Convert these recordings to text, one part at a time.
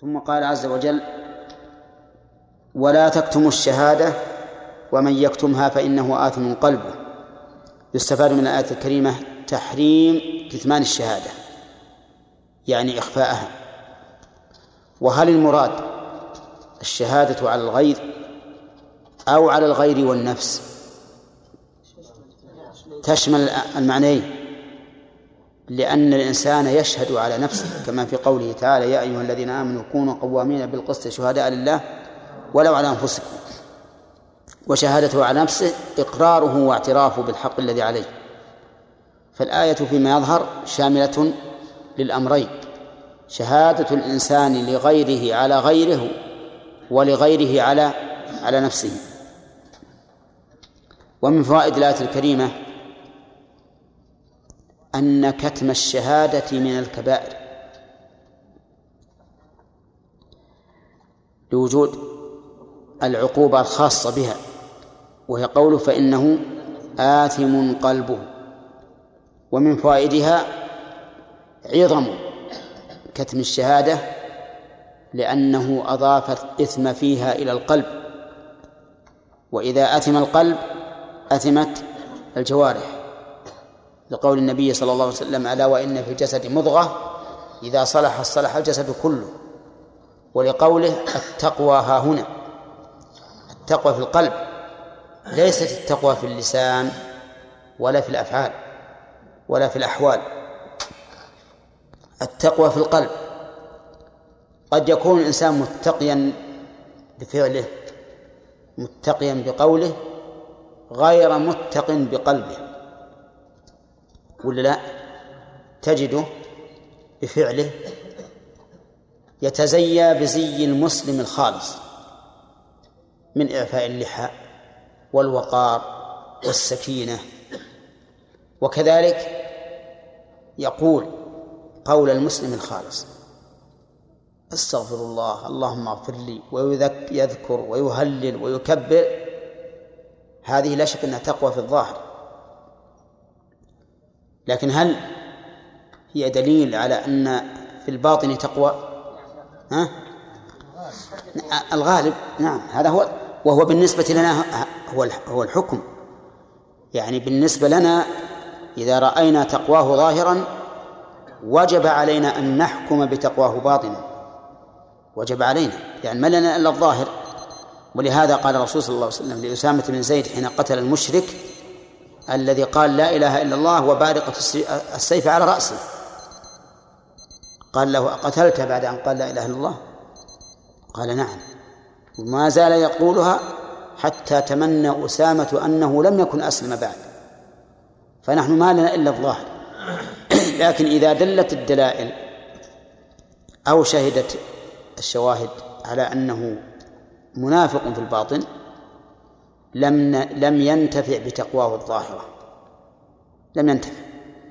ثم قال عز وجل: ولا تكتموا الشهادة ومن يكتمها فإنه آثم قلبه. يستفاد من الآية الكريمة تحريم كتمان الشهادة، يعني إخفاءها. وهل المراد الشهادة على الغير أو على الغير والنفس؟ تشمل المعنيين، لأن الإنسان يشهد على نفسه كما في قوله تعالى: يا أيها الذين آمنوا كونوا قوامين بالقسط شهداء لله ولو على أنفسكم. وشهادته على نفسه إقراره واعترافه بالحق الذي عليه. فالآية فيما يظهر شاملة للأمرين: شهادة الإنسان لغيره على غيره ولغيره على نفسه. ومن فوائد الآية الكريمة أن كتم الشهادة من الكبائر لوجود العقوبة الخاصة بها، وهي قوله: فإنه آثم قلبه. ومن فوائدها عظم كتم الشهادة لأنه أضاف الإثم فيها إلى القلب، وإذا أثم القلب أثمت الجوارح، لقول النبي صلى الله عليه وسلم: ألا وإن في الجسد مضغة إذا صلح صلح الجسد كله. ولقوله: التقوى ها هنا. التقوى في القلب، ليست التقوى في اللسان ولا في الأفعال ولا في الأحوال. التقوى في القلب. قد يكون الإنسان متقيا بفعله متقيا بقوله غير متق بقلبه، ولا لا؟ تجده بفعله يتزيى بزي المسلم الخالص من إعفاء اللحى والوقار والسكينة، وكذلك يقول قول المسلم الخالص: استغفر الله، اللهم اغفر لي، ويذكر ويهلل ويكبر. هذه لا شك أنها تقوى في الظاهر، لكن هل هي دليل على أن في الباطن تقوى؟ الغالب نعم، هذا هو. وهو بالنسبة لنا هو الحكم، يعني بالنسبة لنا إذا رأينا تقواه ظاهرا وجب علينا أن نحكم بتقواه باطنا، وجب علينا، يعني ما لنا إلا الظاهر. ولهذا قال الرسول صلى الله عليه وسلم لأسامة بن زيد حين قتل المشرك الذي قال لا إله إلا الله وبارقة السيف على رأسه، قال له: أقتلت بعد أن قال لا إله إلا الله؟ قال: نعم. وما زال يقولها حتى تمنى أسامة أنه لم يكن أسلم بعد. فنحن ما لنا إلا الظاهر، لكن إذا دلت الدلائل أو شهدت الشواهد على أنه منافق في الباطن لم ينتفع بتقواه الظاهرة، لم ينتفع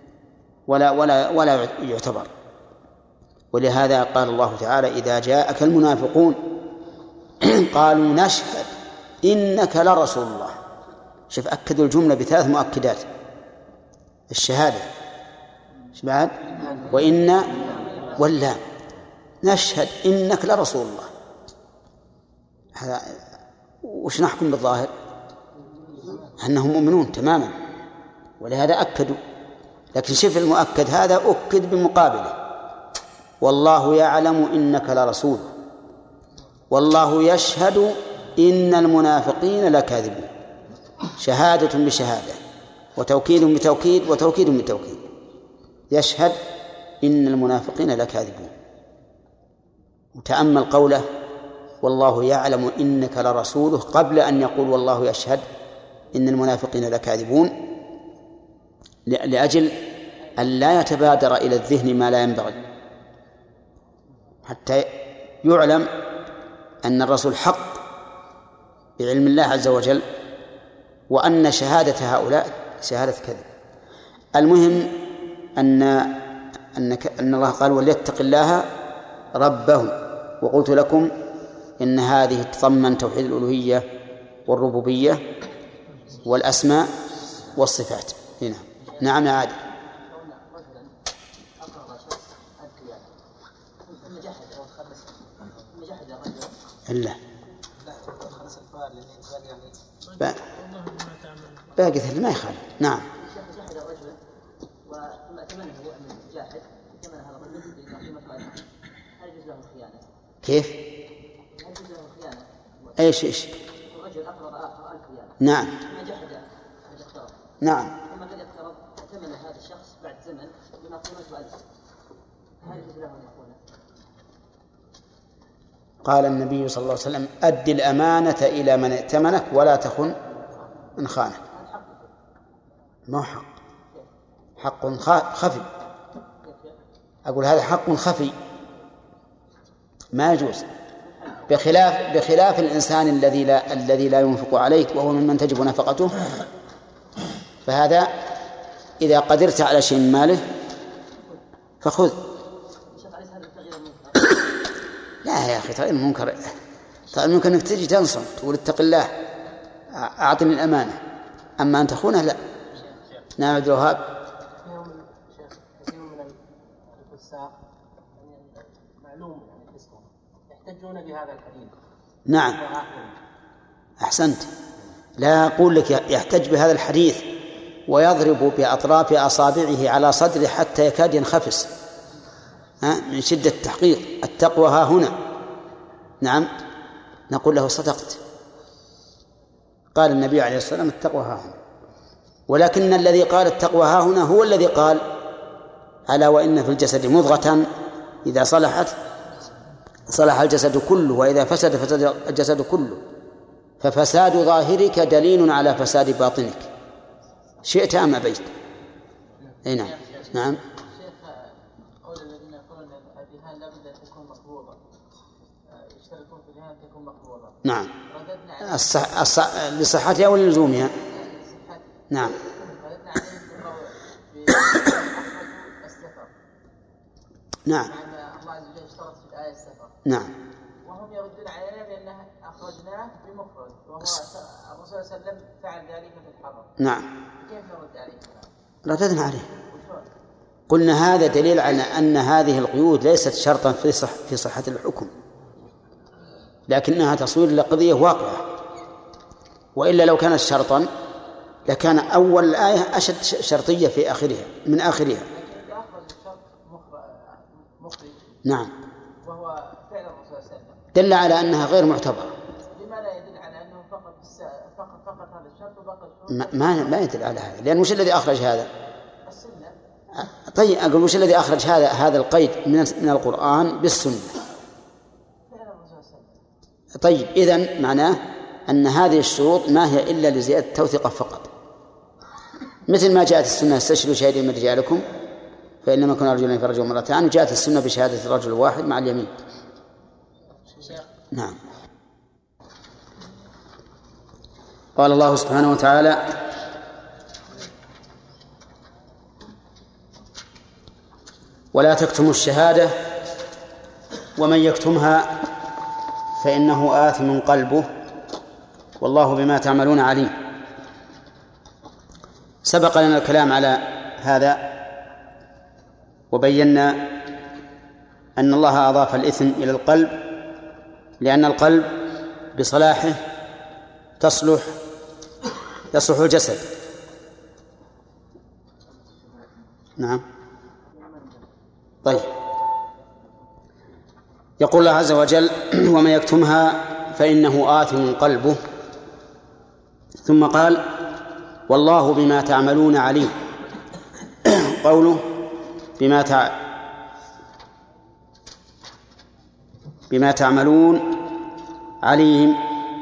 ولا يعتبر. ولهذا قال الله تعالى: إذا جاءك المنافقون قالوا نشهد إنك لرسول الله. شوف، أكدوا الجملة بثلاث مؤكدات: الشهادة، بعد وإن واللام، نشهد إنك لرسول الله. هذا وش نحكم بالظاهر؟ أنهم مؤمنون تماما، ولهذا أكدوا. لكن شوف المؤكد هذا أكد بمقابله: والله يعلم إنك لرسول، والله يشهد إن المنافقين لكاذبون. شهادة بشهادة، وتوكيد بتوكيد، وتوكيد بتوكيد. يشهد إن المنافقين لكاذبون. وتأمل قوله: والله يعلم إنك لرسوله، قبل أن يقول والله يشهد إن المنافقين لكاذبون، لأجل أن لا يتبادر إلى الذهن ما لا ينبغي، حتى يعلم أن الرسول حق بعلم الله عز وجل، وأن شهادة هؤلاء شهادة كذب. المهم أن الله قال: وليتق الله ربه. وقلت لكم إن هذه تضمن توحيد الألوهية والربوبية والأسماء والصفات. هنا نعم يا عادل. إلا باقي ما يخالف. نعم. جحد الرجل وثم ائتمنه من جاحد ائتمن هذا الرجل هل يجوز له الخيانة؟ كيف؟ هل يجوز له الخيانة؟ ايش؟ الرجل أقرض آخر 1000 ريال. نعم. ثم جحد الاقتراض. نعم. ثم الذي اقترض ائتمن هذا الشخص بعد زمن بما قيمته 1000. هل يجوز له أن يخونه؟ قال النبي صلى الله عليه وسلم: أد الأمانة إلى من ائتمنك ولا تخن من خانك. ما حق خفي. أقول هذا حق خفي ما يجوز، بخلاف الإنسان الذي لا ينفق عليك وهو ممن تجب نفقته، فهذا إذا قدرت على شيء من ماله فخذ. لا يا أخي، تغير المنكر ممكن أنك تجي تنصر تقول اتق الله أعطني الأمانة، أما أن تخونه لا. نعم عبد الوهاب. كثير من الفساق معلوم اسمه يحتجون بهذا الحديث. نعم أحسنت. لا أقول لك يحتج بهذا الحديث ويضرب بأطراف أصابعه على صدره حتى يكاد ينخفس من شدة التحقيق. التقوى ها هنا. نعم نقول له صدقت، قال النبي عليه الصلاة والسلام التقوى ها هنا، ولكن الذي قال التقوى ها هنا هو الذي قال ألا وإن في الجسد مضغة إذا صلحت صلح الجسد كله وإذا فسد فسد الجسد كله، ففساد ظاهرك دليل على فساد باطنك شئت أم أبيت. أي نعم. نعم. قول الذين يقولون الذهان لا بد أن تكون مقبوضة، يشتركون في الذهان تكون مقبوضة. نعم. لصحتها ولا لزومها؟ نعم. نعم. الله عز وجل اشترط في الآية السفر. نعم. وهم يردون علينا بأنه أخرجناه بمفرد، وهو الرسول صلى الله عليه وسلم فعل ذلك في الحرم. نعم. كيف نرد عليه؟ رددنا عليه، قلنا هذا دليل على أن هذه القيود ليست شرطا في صحة الحكم، لكنها تصوير لقضية واقعة، وإلا لو كانت شرطا لكان أول الآية أشد شرطية في آخرها من آخرها. نعم. وهو فعل الرسول صلى الله عليه وسلم دل على أنها غير معتبرة. لما لا يدل على أنه فقط هذا الشرط وبقى ما يدل على هذا، لأن وش الذي أخرج هذا؟ السنة. طيب أقول وش الذي أخرج هذا القيد من القرآن بالسنة؟ طيب إذن معناه أن هذه الشروط ما هي إلا لزيادة التوثيق فقط، مثل ما جاءت السنة استشهدوا شهيدين من رجالكم فإن لم يكن رجلين فرجل مرتان، وجاءت السنة بشهادة الرجل الواحد مع اليمين. نعم. قال الله سبحانه وتعالى: ولا تكتموا الشهادة ومن يكتمها فإنه آثم قلبه والله بما تعملون عليم. سبق لنا الكلام على هذا وبينا أن الله أضاف الإثم إلى القلب لأن القلب بصلاحه يصلح الجسد. نعم. طيب، يقول الله عز وجل: ومن يكتمها فإنه آثم قلبه، ثم قال: والله بما تعملون عليم. قوله بما تعملون عليم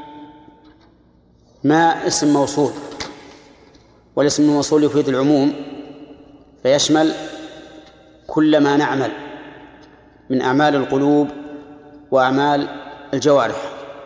ما اسم موصول، والاسم الموصول يفيد العموم فيشمل كل ما نعمل من أعمال القلوب وأعمال الجوارح.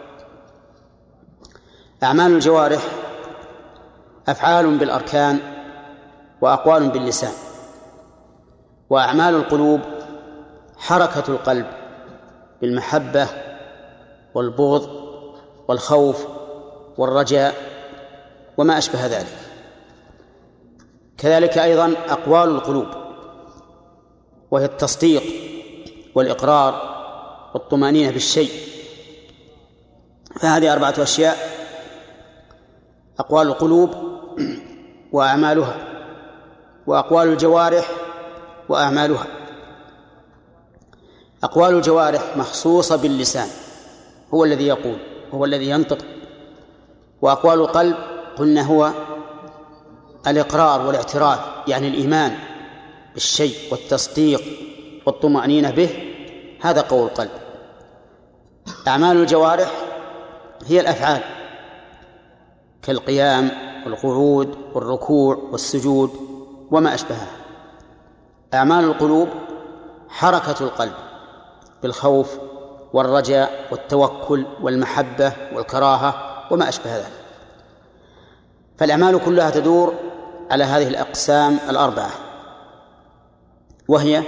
أعمال الجوارح أفعال بالأركان وأقوال باللسان، وأعمال القلوب حركة القلب بالمحبة والبغض والخوف والرجاء وما أشبه ذلك. كذلك أيضا أقوال القلوب وهي التصديق والإقرار والطمأنينة بالشيء فهذه 4 أشياء: أقوال القلوب وأعمالها، وأقوال الجوارح وأعمالها. أقوال الجوارح مخصوصة باللسان، هو الذي يقول، هو الذي ينطق. وأقوال القلب قلنا هو الإقرار والاعتراف، يعني الإيمان بالشيء والتصديق والطمأنينة به، هذا قول القلب. أعمال الجوارح هي الأفعال كالقيام والقعود والركوع والسجود وما أشبهها. أعمال القلوب حركة القلب بالخوف والرجاء والتوكل والمحبة والكراهة وما أشبه ذلك. فالأعمال كلها تدور على هذه الأقسام 4، وهي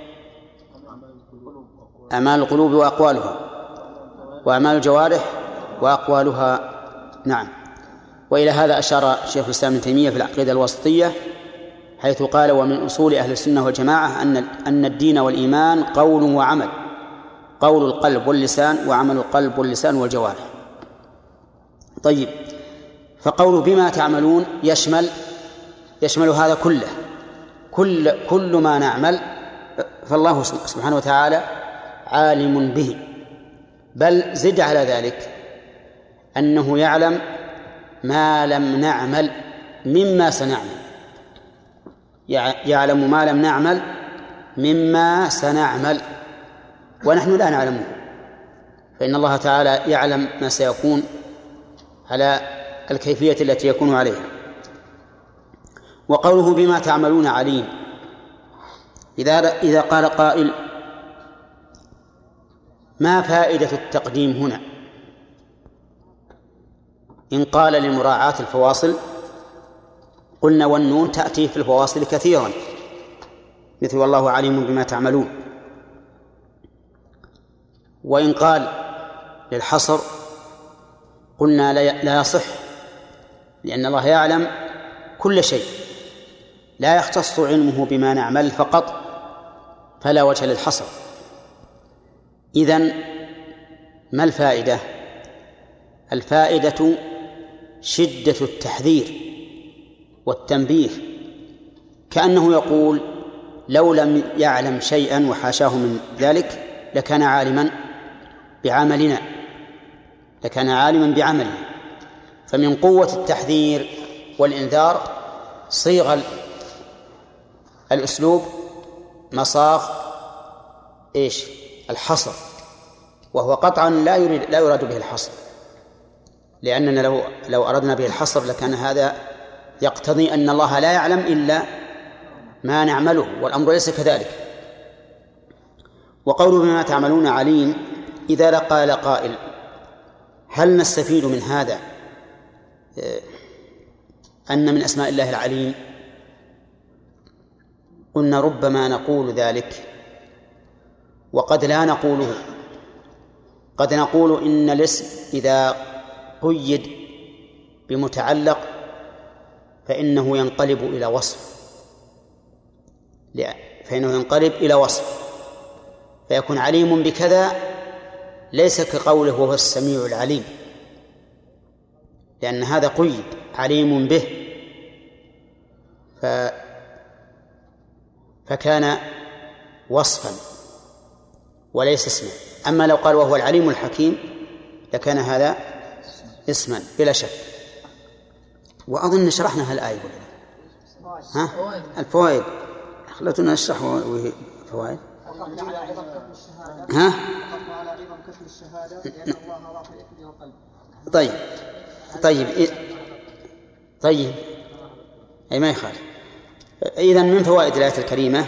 أعمال القلوب وأقوالها، وأعمال الجوارح وأقوالها. نعم. وإلى هذا أشار شيخ الإسلام ابن تيمية في العقيدة الوسطية، حيث قال: ومن أصول أهل السنة والجماعة أن الدين والإيمان قول وعمل، قول القلب واللسان، وعمل القلب واللسان والجوارح. طيب، فقول بما تعملون يشمل هذا كله، كل ما نعمل فالله سبحانه وتعالى عالم به. بل زد على ذلك أنه يعلم ما لم نعمل مما سنعمل، يعلم ما لم نعمل مما سنعمل ونحن لا نعلمه، فإن الله تعالى يعلم ما سيكون على الكيفية التي يكون عليها. وقوله بما تعملون عليم، إذا قال قائل: ما فائدة التقديم هنا؟ إن قال لمراعاة الفواصل قلنا: والنون تأتي في الفواصل كثيرا، مثل والله عليم بما تعملون. وإن قال للحصر قلنا: لا يصح، لأن الله يعلم كل شيء، لا يختص علمه بما نعمل فقط، فلا وجه للحصر. إذن ما الفائدة؟ الفائدة شدة التحذير والتنبيه، كأنه يقول: لو لم يعلم شيئا وحاشاه من ذلك لكان عالما بعملنا، لكان عالما بعمله. فمن قوة التحذير والإنذار صيغ الأسلوب مصاغ الحصر، وهو قطعا لا يراد به الحصر، لأننا لو أردنا به الحصر لكان هذا يقتضي أن الله لا يعلم إلا ما نعمله، والأمر ليس كذلك. وقوله بما تعملون عليم، إذا قال قائل: هل نستفيد من هذا أن من أسماء الله العليم؟ قلنا: ربما نقول ذلك وقد لا نقوله. قد نقول إن الاسم إذا قيد بمتعلق فإنه ينقلب إلى وصف، فيكون عليم بكذا ليس كقوله وهو السميع العليم، لأن هذا قيد عليم به، فكان وصفا وليس اسما. أما لو قال وهو العليم الحكيم لكان هذا اسما بلا شك. وأظن شرحنا هالآية الفوائد، خلتنا نشرح فوائد. طيب أي ما يخالف. إذن من فوائد الآية الكريمة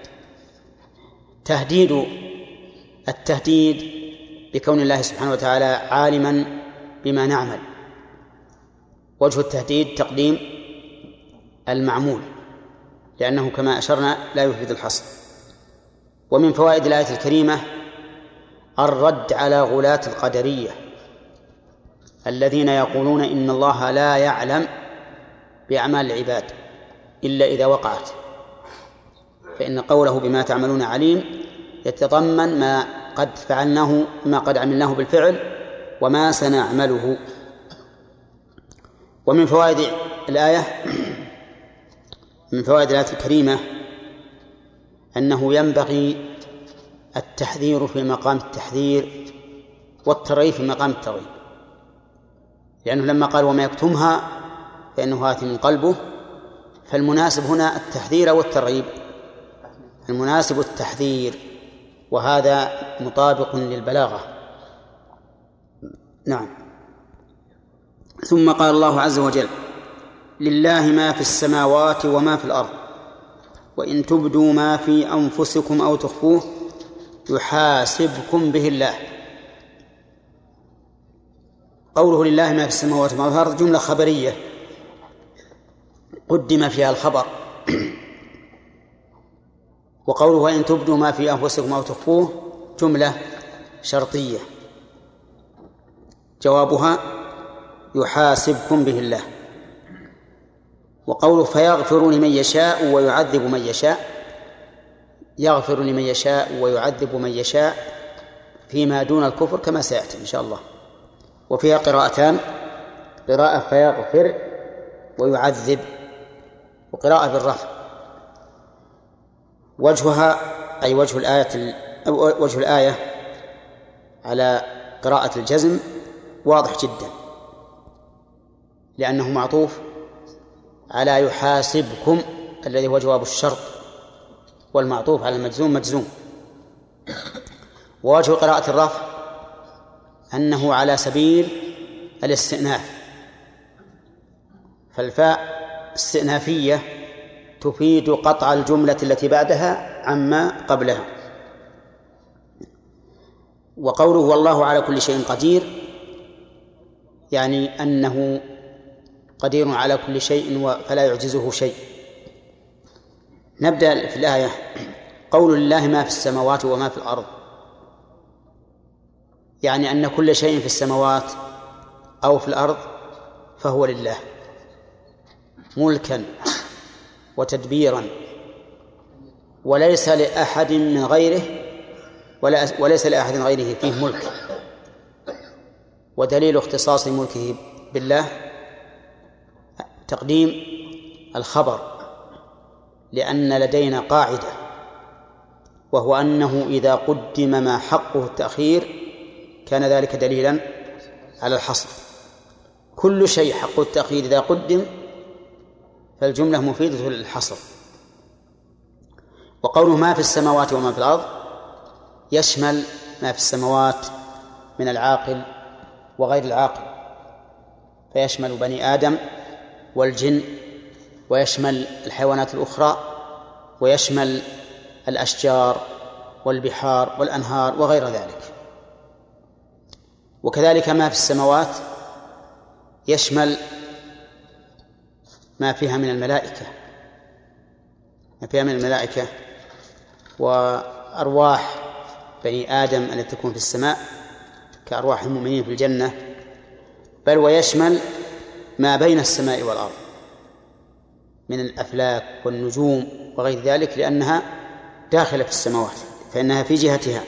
التهديد بكون الله سبحانه وتعالى عالما بما نعمل. وجه التهديد تقديم المعمول، لأنه كما أشرنا لا يفيد الحصر. ومن فوائد الآية الكريمة الرد على غلاة القدرية الذين يقولون إن الله لا يعلم بأعمال العباد إلا إذا وقعت، فإن قوله بما تعملون عليم يتضمن ما قد فعلناه، ما قد عملناه بالفعل وما سنعمله. ومن فوائد الآية من فوائد الآية الكريمة أنه ينبغي التحذير في مقام التحذير والترغيب في مقام الترغيب، لأنه لما قال وما يكتمها فإنه آثم قلبه، فالمناسب هنا التحذير والترغيب، المناسب التحذير، وهذا مطابق للبلاغة. نعم. ثم قال الله عز وجل لله ما في السماوات وما في الأرض وإن تبدوا ما في أنفسكم أو تخفوه يحاسبكم به الله. قوله لله ما في السماوات وما في الأرض جملة خبرية قدم فيها الخبر، وقوله وإن تبدوا ما في أنفسكم أو تخفوه جملة شرطية جوابها يحاسبكم به الله. وقوله فيغفر لمن يشاء ويعذب من يشاء، يغفر لمن يشاء ويعذب من يشاء فيما دون الكفر كما سيأتي إن شاء الله. وفيها قراءتان، قراءة فيغفر ويعذب، وقراءة بالرفع. وجهها أي وجه الآية على قراءة الجزم واضح جدا، لأنه معطوف على يحاسبكم الذي هو جواب الشرط، والمعطوف على المجزوم مجزوم. ووجه قراءة الرفع أنه على سبيل الاستئناف، فالفاء استئنافية تفيد قطع الجملة التي بعدها عما قبلها. وقوله والله على كل شيء قدير يعني أنه قدير على كل شيء فلا يعجزه شيء. نبدأ في الآية. قول لله ما في السماوات وما في الأرض يعني أن كل شيء في السماوات أو في الأرض فهو لله ملكا وتدبيرا، وليس لأحد من غيره وليس لأحد غيره فيه ملك. ودليل اختصاص ملكه بالله تقديم الخبر، لأن لدينا قاعدة وهو أنه إذا قدم ما حقه التأخير كان ذلك دليلا على الحصر. كل شيء حقه التأخير إذا قدم فالجملة مفيدة للحصر. وقوله ما في السماوات وما في الأرض يشمل ما في السماوات من العاقل وغير العاقل، فيشمل بني آدم والجن، ويشمل الحيوانات الأخرى، ويشمل الأشجار والبحار والأنهار وغير ذلك. وكذلك ما في السماوات يشمل ما فيها من الملائكة، وأرواح بني آدم التي تكون في السماء كأرواح المؤمنين في الجنة، بل ويشمل ما بين السماء والأرض من الأفلاك والنجوم وغير ذلك، لأنها داخلة في السماوات فإنها في جهتها.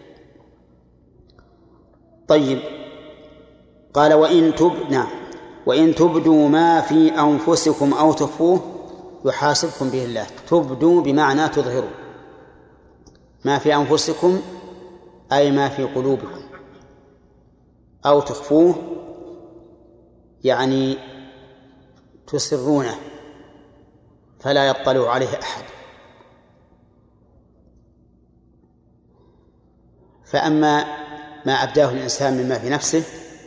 طيب، قال وإن تبدوا ما في أنفسكم أو تخفوه يحاسبكم به الله. تبدوا بمعنى تظهروا ما في أنفسكم أي ما في قلوبكم، أو تخفوه يعني تسرونه فلا يطلع عليه أحد. فأما ما أبداه الإنسان مما في نفسه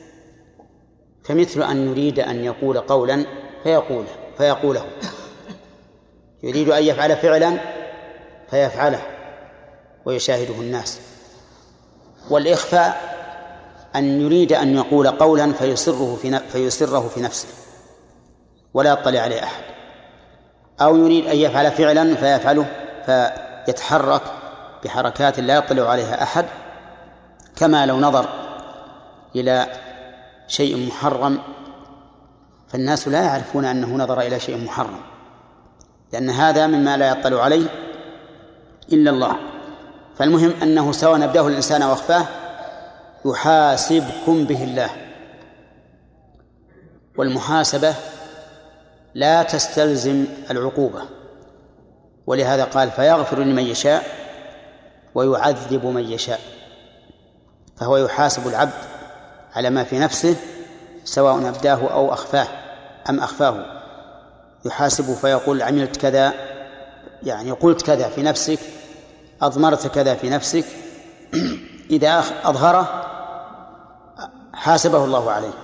فمثل أن يريد أن يقول قولا فيقوله، يريد أن يفعل فعلا فيفعله ويشاهده الناس. والإخفاء أن يريد أن يقول قولا فيسره في نفسه ولا يطلع عليه أحد، أو يريد أن يفعل فعلا فيفعله فيتحرك بحركات لا يطلع عليها أحد، كما لو نظر إلى شيء محرم فالناس لا يعرفون أنه نظر إلى شيء محرم، لأن هذا مما لا يطلع عليه إلا الله. فالمهم أنه سواء نبداه الإنسان أو أخفاه يحاسبكم به الله. والمحاسبة لا تستلزم العقوبة، ولهذا قال فيغفر لمن يشاء ويعذب من يشاء. فهو يحاسب العبد على ما في نفسه سواء أبداه أو أخفاه أم أخفاه. يحاسبه فيقول عملت كذا، يعني قلت كذا في نفسك، أضمرت كذا في نفسك. إذا أظهره حاسبه الله عليه.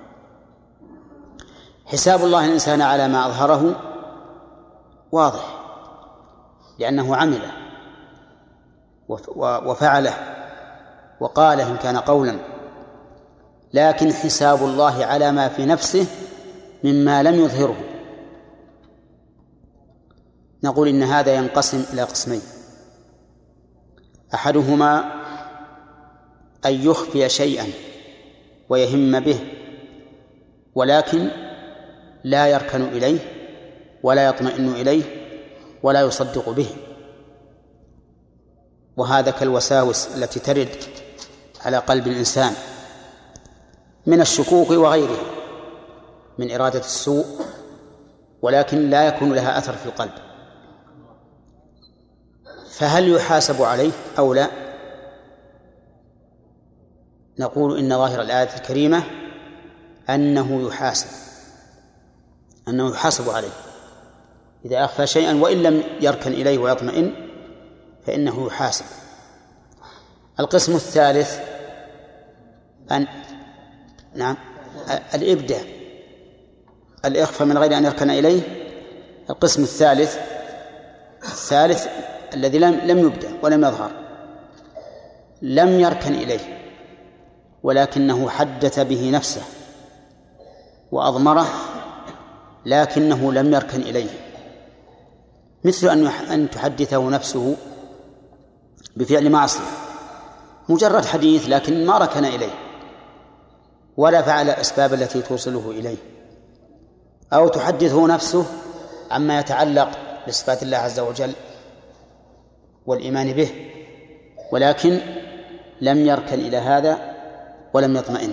حساب الله الإنسان على ما أظهره واضح، لأنه عمله وفعله وقاله إن كان قولا، لكن حساب الله على ما في نفسه مما لم يظهره نقول إن هذا ينقسم إلى قسمين: أحدهما أن يخفي شيئا ويهم به ولكن لا يركن إليه ولا يطمئن إليه ولا يصدق به، وهذا كالوساوس التي ترد على قلب الإنسان من الشكوك وغيرها من إرادة السوء، ولكن لا يكون لها أثر في القلب. فهل يحاسب عليه أو لا؟ نقول إن ظاهر الآية الكريمة أنه يحاسب عليه إذا أخفى شيئا وإن لم يركن إليه ويطمئن فإنه يحاسب. القسم الثالث الإبداع، الإخفاء من غير أن يركن إليه. القسم الثالث الذي لم يبدأ ولم يظهر، لم يركن إليه ولكنه حدث به نفسه وأضمره لكنه لم يركن إليه، مثل أن تحدثه نفسه بفعل معصية، مجرد حديث لكن ما ركن إليه ولا فعل الأسباب التي توصله إليه، أو تحدثه نفسه عما يتعلق بصفات الله عز وجل والإيمان به ولكن لم يركن إلى هذا ولم يطمئن.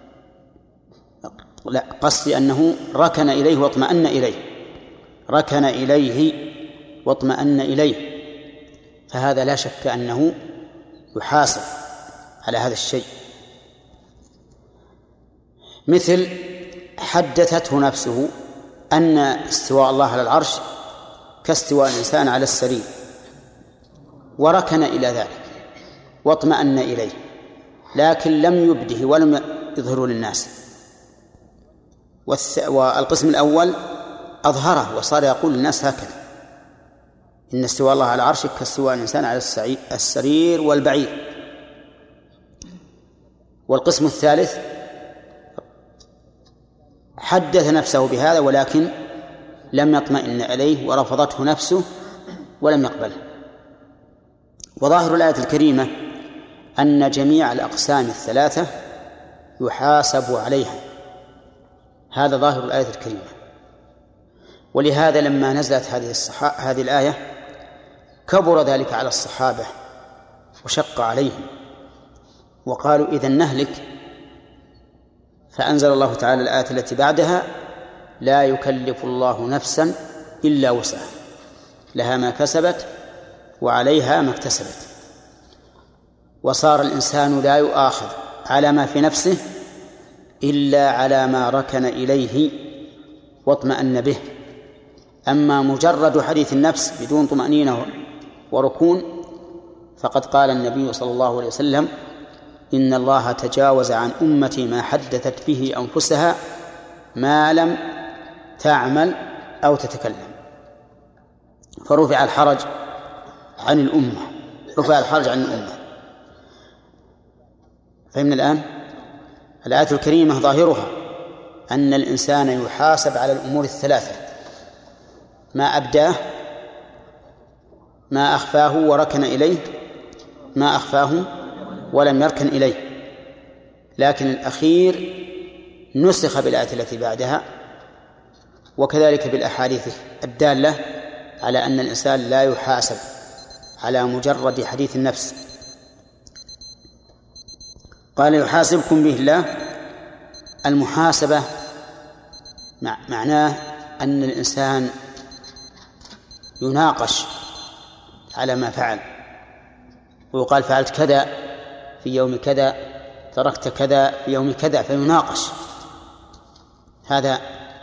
لا، قصدي أنه ركن إليه واطمأن إليه، ركن إليه واطمأن إليه، فهذا لا شك أنه يحاسب على هذا الشيء. مثل حدثته نفسه أن استواء الله على العرش كاستواء الإنسان على السرير، وركن إلى ذلك واطمأن إليه لكن لم يبده ولم يظهره للناس. والقسم الأول أظهره وصار يقول للناس هكذا: إن استواء الله على العرش كاستواء الإنسان على السرير والبعير. والقسم الثالث حدث نفسه بهذا ولكن لم يطمئن إليه ورفضته نفسه ولم يقبله. وظاهر الآية الكريمة أن جميع الأقسام الثلاثة يحاسب عليها، هذا ظاهر الآية الكريمة. ولهذا لما نزلت هذه الآية كبر ذلك على الصحابة وشق عليهم وقالوا إذن نهلك، فأنزل الله تعالى الآية التي بعدها: لا يكلف الله نفسا إلا وسعها لها ما كسبت وعليها ما اكتسبت. وصار الإنسان لا يؤاخذ على ما في نفسه إلا على ما ركن إليه واطمأن به. أما مجرد حديث النفس بدون طمأنينة وركون فقد قال النبي صلى الله عليه وسلم: إن الله تجاوز عن أمتي ما حدثت به أنفسها ما لم تعمل أو تتكلم. فرفع الحرج عن الأمة، رفع الحرج عن الأمة. فهمنا الآن؟ الآية الكريمة ظاهرها أن الإنسان يحاسب على الأمور الثلاثة: ما أبداه، ما أخفاه وركن إليه، ما أخفاه ولم يركن إليه. لكن الأخير نسخ بالآية التي بعدها، وكذلك بالأحاديث الدالة على أن الإنسان لا يحاسب على مجرد حديث النفس. قال يحاسبكم به الله. المحاسبة معناه أن الإنسان يناقش على ما فعل، ويقال فعلت كذا في يوم كذا، تركت كذا في يوم كذا، فيناقش. هذه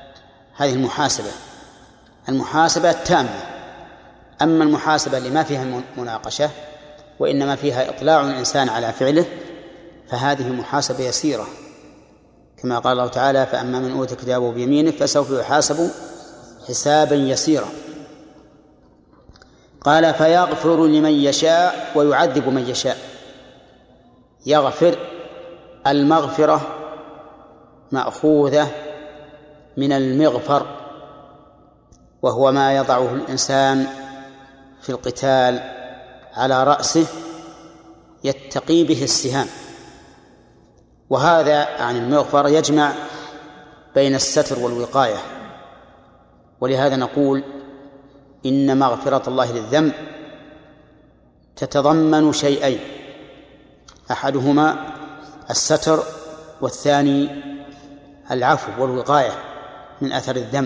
المحاسبة التامة. أما المحاسبة لما فيها مناقشة وإنما فيها إطلاع الإنسان على فعله فهذه محاسبة يسيرة، كما قال الله تعالى: فأما من أوتي كتابه بيمينه فسوف يحاسب حسابا يسيرا. قال: فيغفر لمن يشاء ويعذب من يشاء. يغفر، المغفرة مأخوذة من المغفر، وهو ما يضعه الإنسان في القتال على رأسه يتقي به السهام، وهذا عن المغفر يجمع بين الستر والوقاية. ولهذا نقول إن مغفرة الله للذنب تتضمن شيئين: أحدهما الستر، والثاني العفو والوقاية من أثر الذنب.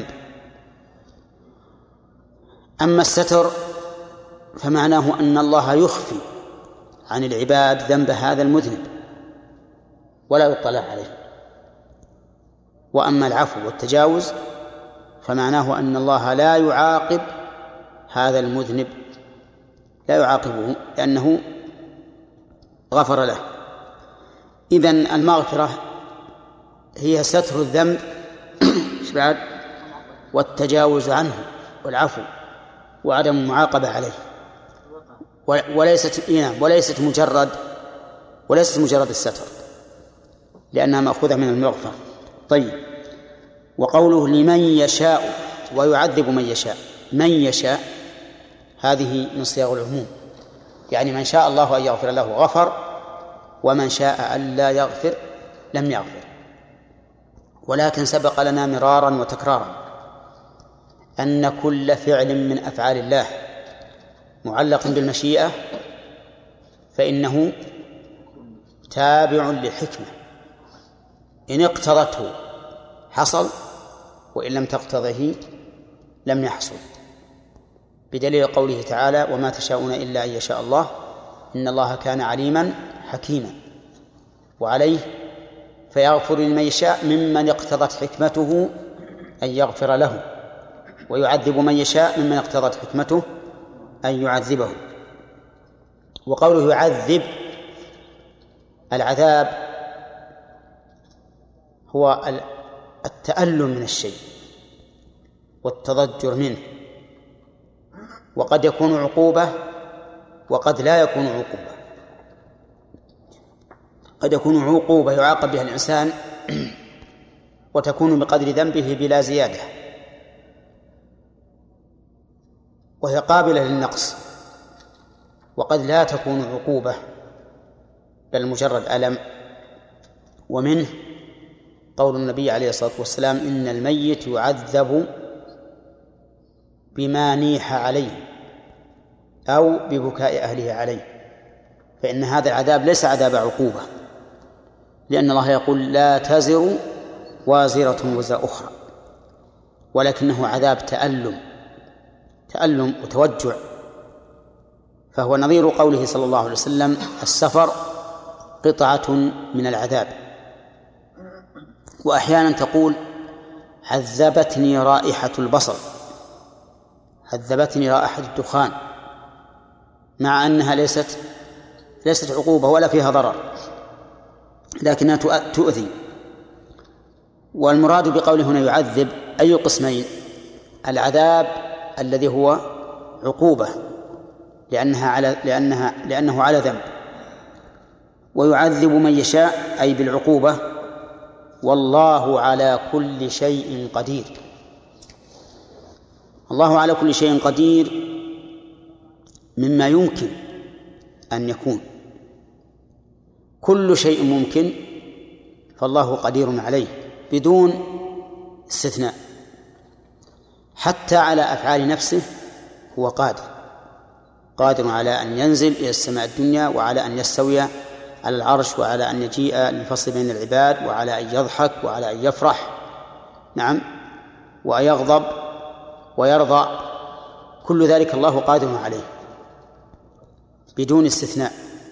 أما الستر فمعناه أن الله يخفي عن العباد ذنب هذا المذنب ولا يطلع عليه. وأما العفو والتجاوز فمعناه أن الله لا يعاقب هذا المذنب، لا يعاقبه لأنه غفر له. إذن المغفرة هي ستر الذنب والتجاوز عنه والعفو وعدم المعاقبة عليه، وليست مجرد الستر، لأنها مأخوذة من المغفرة. طيب، وقوله لمن يشاء ويعذب من يشاء. من يشاء هذه من صيغ العموم، يعني من شاء الله أن يغفر له غفر، ومن شاء أن لا يغفر لم يغفر. ولكن سبق لنا مرارا وتكرارا أن كل فعل من أفعال الله معلق بالمشيئة فإنه تابع للحكمة، إن اقتضته حصل، وإن لم تقتضه لم يحصل، بدليل قوله تعالى: وما تشاءون إلا أن يشاء الله إن الله كان عليما حكيما. وعليه فيغفر لمن يشاء ممن اقتضت حكمته أن يغفر له، ويعذب من يشاء ممن اقتضت حكمته أن يعذبه. وقوله يعذب، العذاب هو التألم من الشيء والتضجر منه، وقد يكون عقوبة وقد لا يكون عقوبة. قد يكون عقوبة يعاقب بها الإنسان وتكون بقدر ذنبه بلا زيادة، وهي قابلة للنقص، وقد لا تكون عقوبة بل مجرد ألم. ومنه قول النبي عليه الصلاة والسلام: إن الميت يعذب بما نيح عليه أو ببكاء أهله عليه، فإن هذا العذاب ليس عذاب عقوبة، لأن الله يقول: لا تزر وازرة وزر أخرى، ولكنه عذاب تألم وتوجع. فهو نظير قوله صلى الله عليه وسلم: السفر قطعة من العذاب. وأحيانا تقول: عذبتني رائحة البصل، عذبتني رائحة الدخان، مع أنها ليست عقوبة ولا فيها ضرر، لكنها تؤذي. والمراد بقوله هنا يعذب أي قسمين: العذاب الذي هو عقوبة لأنه على ذنب، ويعذب من يشاء أي بالعقوبة. والله على كل شيء قدير. الله على كل شيء قدير مما يمكن أن يكون، كل شيء ممكن فالله قدير عليه بدون استثناء، حتى على أفعال نفسه هو قادر على أن ينزل إلى السماء الدنيا، وعلى أن يستوي على العرش، وعلى أن يجيء للفصل بين العباد، وعلى أن يضحك، وعلى أن يفرح، نعم، وأن يغضب ويرضى، كل ذلك الله قادر عليه بدون استثناء.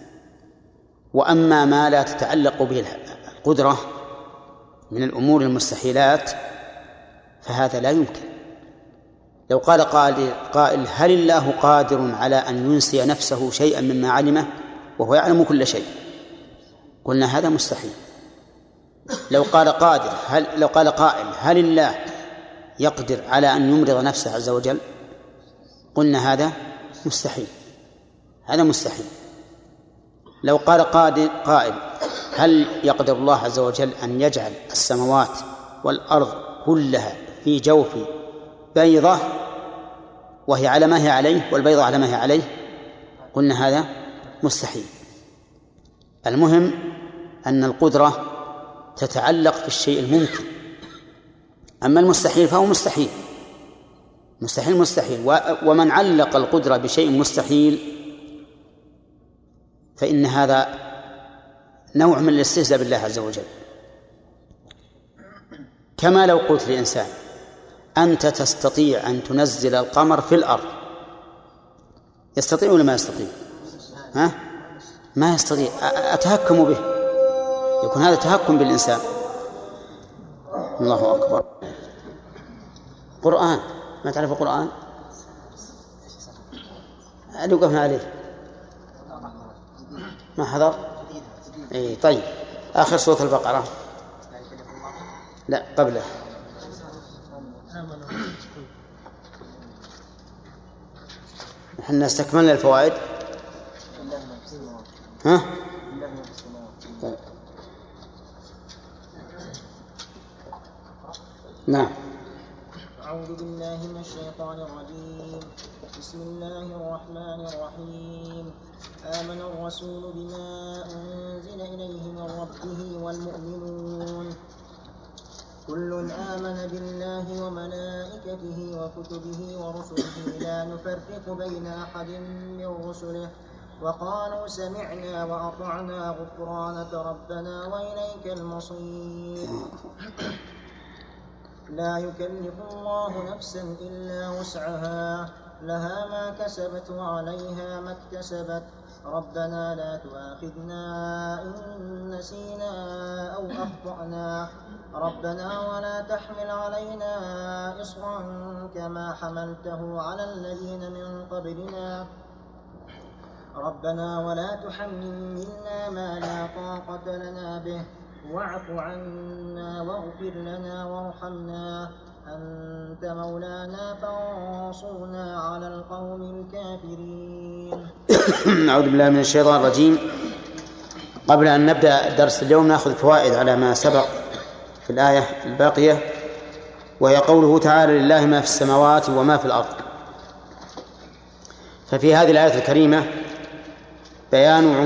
وأما ما لا تتعلق به القدرة من الأمور المستحيلات فهذا لا يمكن. لو قال قائل هل الله قادر على أن ينسي نفسه شيئا مما علمه وهو يعلم كل شيء؟ قلنا هذا مستحيل. لو قال قائل هل الله يقدر على أن يمرض نفسه عز وجل؟ قلنا هذا مستحيل، هذا مستحيل. لو قال قائل هل يقدر الله عز وجل أن يجعل السماوات والأرض كلها في جوف بيضة وهي على ما هي عليه والبيضة على ما هي عليه؟ قلنا هذا مستحيل. المهم أن القدرة تتعلق في الشيء الممكن، أما المستحيل فهو مستحيل، مستحيل. ومن علق القدرة بشيء مستحيل فإن هذا نوع من الاستهزاء بالله عز وجل. كما لو قلت لإنسان أنت تستطيع أن تنزل القمر في الأرض، يستطيع ولا ما يستطيع؟ ما يستطيع. أتهكم به، يكون هذا تهكم بالإنسان. الله أكبر. قرآن، ما تعرف القرآن؟ اللي وقفنا عليه ما حضر؟ إيه طيب، آخر سورة البقرة، لا قبله. نحن استكملنا الفوائد. ها؟ طيب. نعم. أعوذ بالله من الشيطان الرجيم. بسم الله الرحمن الرحيم. آمن الرسول بما أنزل إليه من ربه والمؤمنون كل آمن بالله وملائكته وكتبه ورسله لا نفرق بين أحد من رسله وقالوا سمعنا وأطعنا غفرانك ربنا وإليك المصير. لا يكلف الله نفسا إلا وسعها لها ما كسبت وعليها ما اكتسبت ربنا لا تؤاخذنا إن نسينا أو أخطأنا ربنا ولا تحمل علينا إصرا كما حملته على الذين من قبلنا ربنا ولا تحملنا ما لا طاقة لنا به واعف عنا واغفر لنا وارحمنا أنت مولانا فانصرنا على القوم الكافرين. أعوذ بالله من الشيطان الرجيم. قبل أن نبدأ درس اليوم نأخذ فوائد على ما سبق في الآية الباقية، وهي قوله تعالى لله ما في السماوات وما في الأرض. ففي هذه الآية الكريمة بيان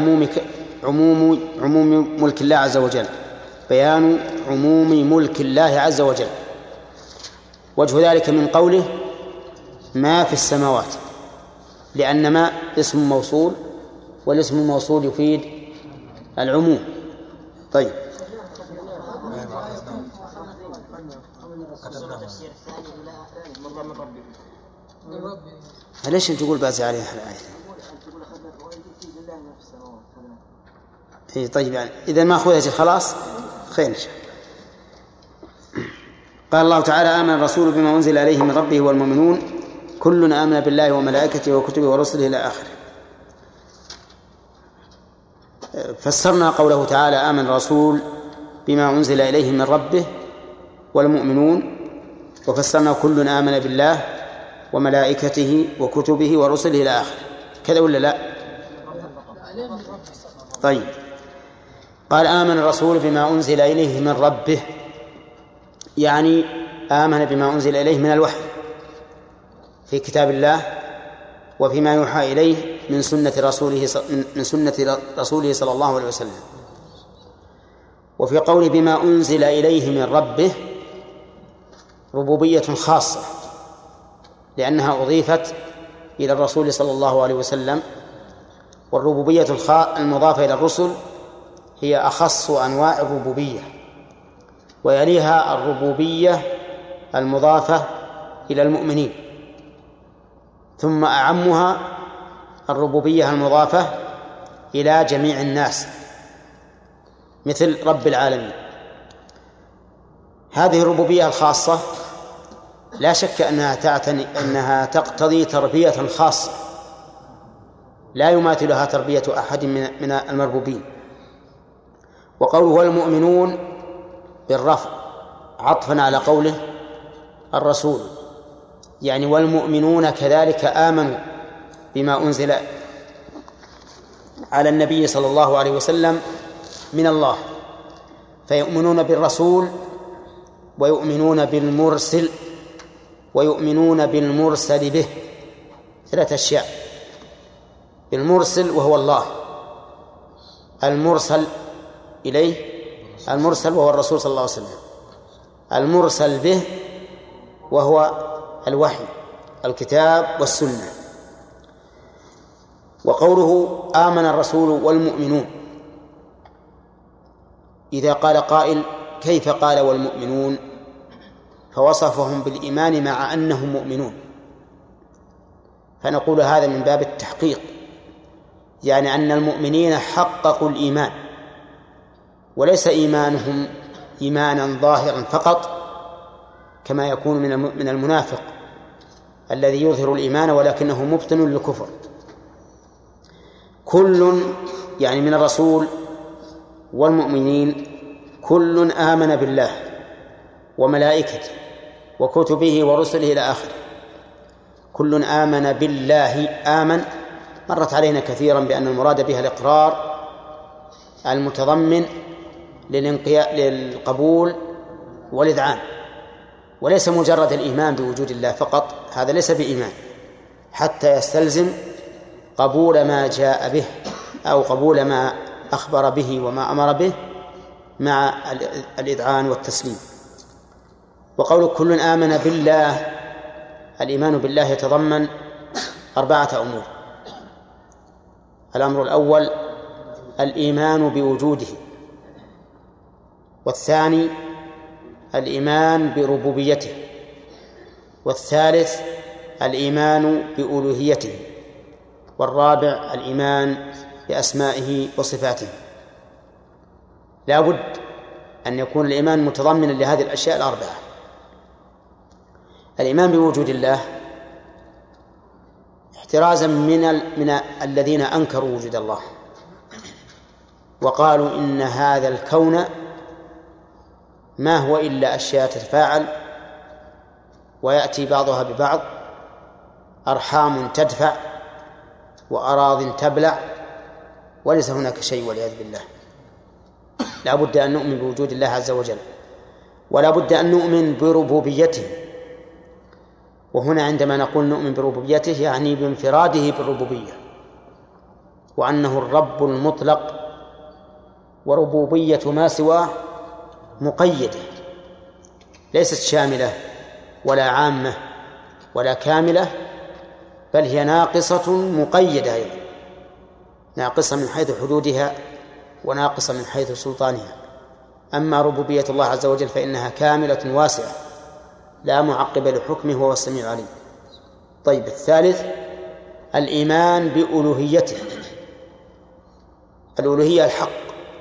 عموم ملك الله عز وجل، بيان عموم ملك الله عز وجل. وجه ذلك من قوله ما في السماوات، لأن ما اسم موصول، والاسم الموصول يفيد العموم. طيب، ليش تقول بازي عليها الآية؟ طيب، يعني إذا ما أخذت خلاص خير. قال الله تعالى آمن الرسول بما أنزل إليه من ربه والمؤمنون كل آمن بالله وملائكته وكتبه ورسله إلى آخره. فسرنا قوله تعالى آمن الرسول بما أنزل إليه من ربه والمؤمنون، وفسرنا كل آمن بالله وملائكته وكتبه ورسله إلى آخره. كذا ولا لا؟ طيب، قال آمن الرسول بما أنزل إليه من ربه، يعني آمن بما أنزل إليه من الوحي في كتاب الله وفيما يوحى إليه من سنة رسوله صلى الله عليه وسلم. وفي قول بما أنزل إليه من ربه ربوبية خاصة، لأنها أضيفت إلى الرسول صلى الله عليه وسلم، والربوبية المضافة إلى الرسل هي أخص أنواع الربوبية، ويليها الربوبية المضافة إلى المؤمنين، ثم أعمها الربوبية المضافة إلى جميع الناس مثل رب العالمين. هذه الربوبية الخاصة لا شك أنها تقتضي تربية خاصة لا يماثلها تربية أحد من المربوبين. وقوله والمؤمنون بالرفع عطفا على قوله الرسول، يعني والمؤمنون كذلك آمنوا بما أنزل على النبي صلى الله عليه وسلم من الله، فيؤمنون بالرسول ويؤمنون بالمرسل ويؤمنون بالمرسل به، 3 أشياء: بالمرسل وهو الله، المرسل إليه المرسل وهو الرسول صلى الله عليه وسلم، المرسل به وهو الوحي الكتاب والسنة. وقوله آمن الرسول والمؤمنون، إذا قال قائل كيف قال والمؤمنون فوصفهم بالإيمان مع أنهم مؤمنون، فنقول هذا من باب التحقيق، يعني أن المؤمنين حققوا الإيمان، وليس إيمانهم إيمانا ظاهرا فقط كما يكون من المنافق الذي يظهر الإيمان ولكنه مبطن للكفر. كل يعني من الرسول والمؤمنين كل آمن بالله وملائكته وكتبه ورسله إلى آخره. كل آمن بالله، آمن مرت علينا كثيرا بأن المراد بها الإقرار المتضمن للقبول والإذعان، وليس مجرد الإيمان بوجود الله فقط، هذا ليس بإيمان حتى يستلزم قبول ما جاء به أو قبول ما أخبر به وما أمر به مع الإذعان والتسليم. وقول كل آمن بالله، الإيمان بالله يتضمن 4 أمور: الأمر الأول الإيمان بوجوده، والثاني الإيمان بربوبيته، والثالث الإيمان بألوهيته، والرابع الإيمان بأسمائه وصفاته. لا بد أن يكون الإيمان متضمنا لهذه الأشياء 4. الإيمان بوجود الله احترازا من الذين أنكروا وجود الله وقالوا إن هذا الكون ما هو إلا أشياء تتفاعل ويأتي بعضها ببعض، أرحام تدفع وأراض تبلع، وليس هناك شيء والعياذ بالله. لا بد أن نؤمن بوجود الله عز وجل، ولا بد أن نؤمن بربوبيته. وهنا عندما نقول نؤمن بربوبيته يعني بانفراده بالربوبية، وأنه الرب المطلق، وربوبية ما سواه مقيدة ليست شاملة ولا عامة ولا كاملة، بل هي ناقصة مقيدة أيضا، ناقصة من حيث حدودها وناقصة من حيث سلطانها. أما ربوبية الله عز وجل فإنها كاملة واسعة لا معقب لحكمه وهو السميع العليم. طيب، الثالث الإيمان بألوهيته، الألوهية الحق،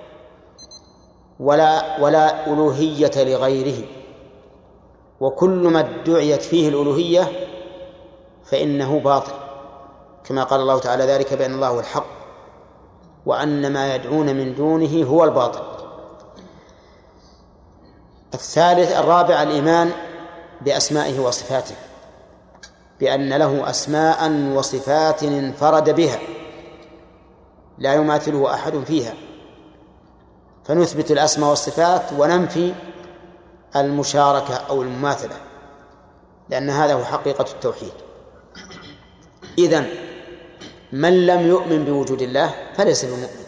ولا ألوهية لغيره، وكل ما ادعيت فيه الألوهية فإنه باطل، كما قال الله تعالى ذلك بأن الله هو الحق وأن ما يدعون من دونه هو الباطل. الرابع الإيمان بأسمائه وصفاته، بأن له أسماء وصفات انفرد بها لا يماثله أحد فيها، فنثبت الأسماء والصفات وننفي المشاركة أو المماثلة، لأن هذا هو حقيقة التوحيد. إذن من لم يؤمن بوجود الله فليس بمؤمن.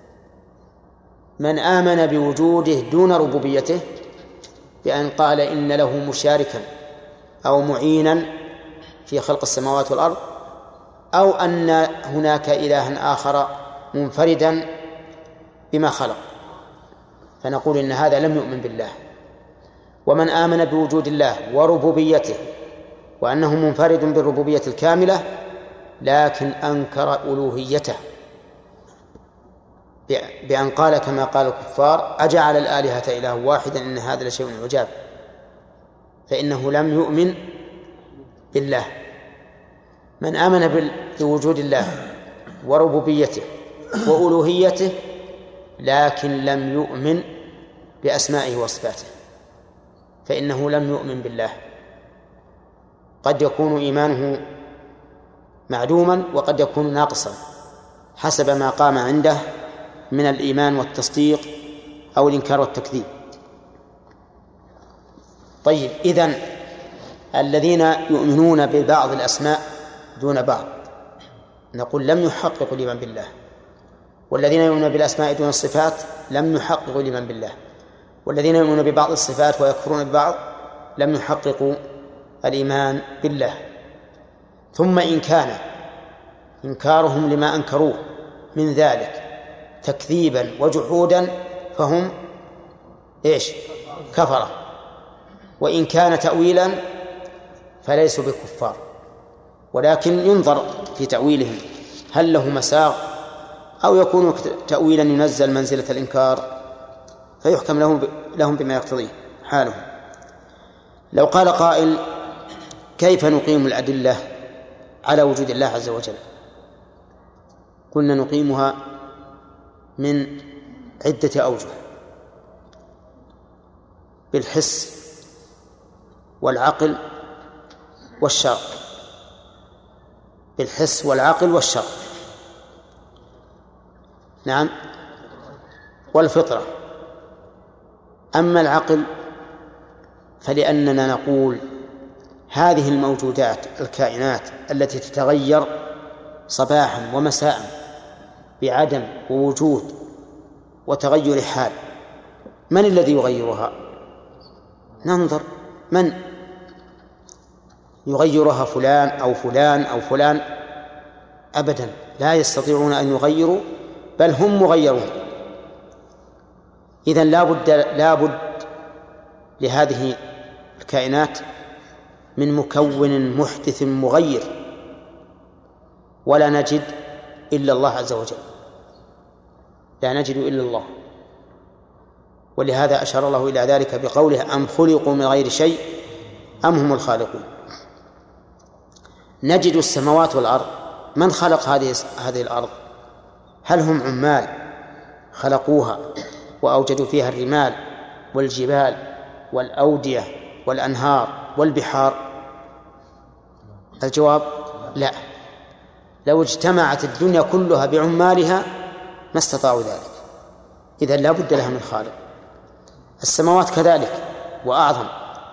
من آمن بوجوده دون ربوبيته بأن قال إن له مشاركا أو معينا في خلق السماوات والأرض، أو أن هناك إلها آخر منفردا بما خلق، فنقول إن هذا لم يؤمن بالله. ومن آمن بوجود الله وربوبيته وأنه منفرد بالربوبية الكاملة لكن أنكر ألوهيته بأن قال كما قال الكفار أجعل الآلهة إله واحدا إن هذا لشيء عجاب، فإنه لم يؤمن بالله. من آمن بوجود الله وربوبيته وألوهيته لكن لم يؤمن بأسمائه وصفاته فإنه لم يؤمن بالله. قد يكون إيمانه معدوما وقد يكون ناقصا حسب ما قام عنده من الإيمان والتصديق أو الإنكار والتكذيب. طيب، إذن الذين يؤمنون ببعض الأسماء دون بعض نقول لم يحققوا الإيمان بالله، والذين يؤمنون بالأسماء دون الصفات لم يحققوا الإيمان بالله، والذين يؤمنون ببعض الصفات ويكفرون ببعض لم يحققوا الإيمان بالله. ثم إن كان إنكارهم لما أنكروه من ذلك تكذيبا وجحودا فهم كفرة، وإن كان تأويلا فليسوا بكفار، ولكن ينظر في تأويلهم هل له مساغ أو يكون تأويلا ينزل منزلة الإنكار فيحكم لهم بما يقتضيه حالهم. لو قال قائل كيف نقيم الأدلة على وجود الله عز وجل؟ قلنا نقيمها من عدة أوجه: بالحس والعقل والشرع. بالحس والعقل والشرع، نعم، والفطرة. أما العقل فلأننا نقول هذه الموجودات الكائنات التي تتغير صباحا ومساء بعدم ووجود وتغير حال، من الذي يغيرها؟ ننظر من يغيرها، فلان أو فلان أو فلان؟ أبدا، لا يستطيعون أن يغيروا، بل هم مغيرون. إذن لا بد لهذه الكائنات من مكون محدث مغير، ولا نجد إلا الله عز وجل، لا نجد إلا الله. ولهذا أشار الله إلى ذلك بقوله أم خلقوا من غير شيء أم هم الخالقون. نجد السماوات والأرض، من خلق هذه الأرض؟ هل هم عمال خلقوها وأوجدوا فيها الرمال والجبال والأودية والأنهار والبحار؟ الجواب لا. لو اجتمعت الدنيا كلها بعمالها ما استطاعوا ذلك، إذن لا بد لها من خالق. السماوات كذلك وأعظم،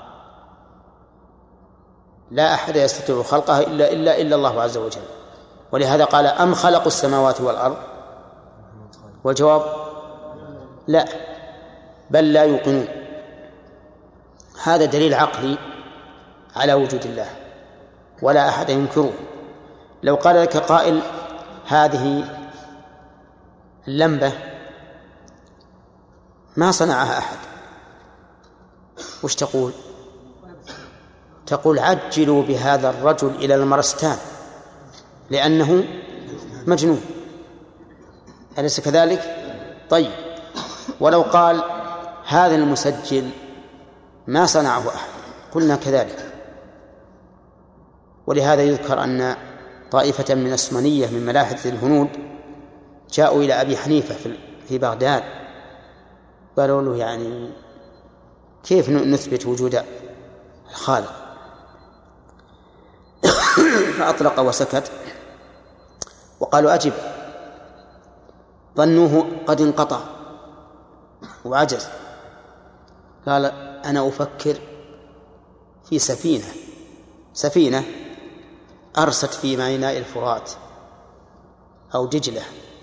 لا أحد يستطيع خلقها إلا الله عز وجل. ولهذا قال أم خلقوا السماوات والأرض؟ والجواب لا، بل لا يوقنون. هذا دليل عقلي على وجود الله ولا أحد ينكره. لو قال لك قائل هذه اللمبة ما صنعها أحد، وش تقول؟ تقول عجلوا بهذا الرجل إلى المرستان لأنه مجنون، أليس كذلك؟ طيب، ولو قال هذا المسجل ما صنعه أحد قلنا كذلك. ولهذا يذكر أن طائفة من السمنية من ملاحدة الهنود جاءوا إلى أبي حنيفة في بغداد، قالوا له يعني كيف نثبت وجود الخالق؟ فأطلق وسكت، وقالوا أجب. ظنوه قد انقطع وعجز. قال أنا أفكر في سفينة أرست في ميناء الفرات أو دجلة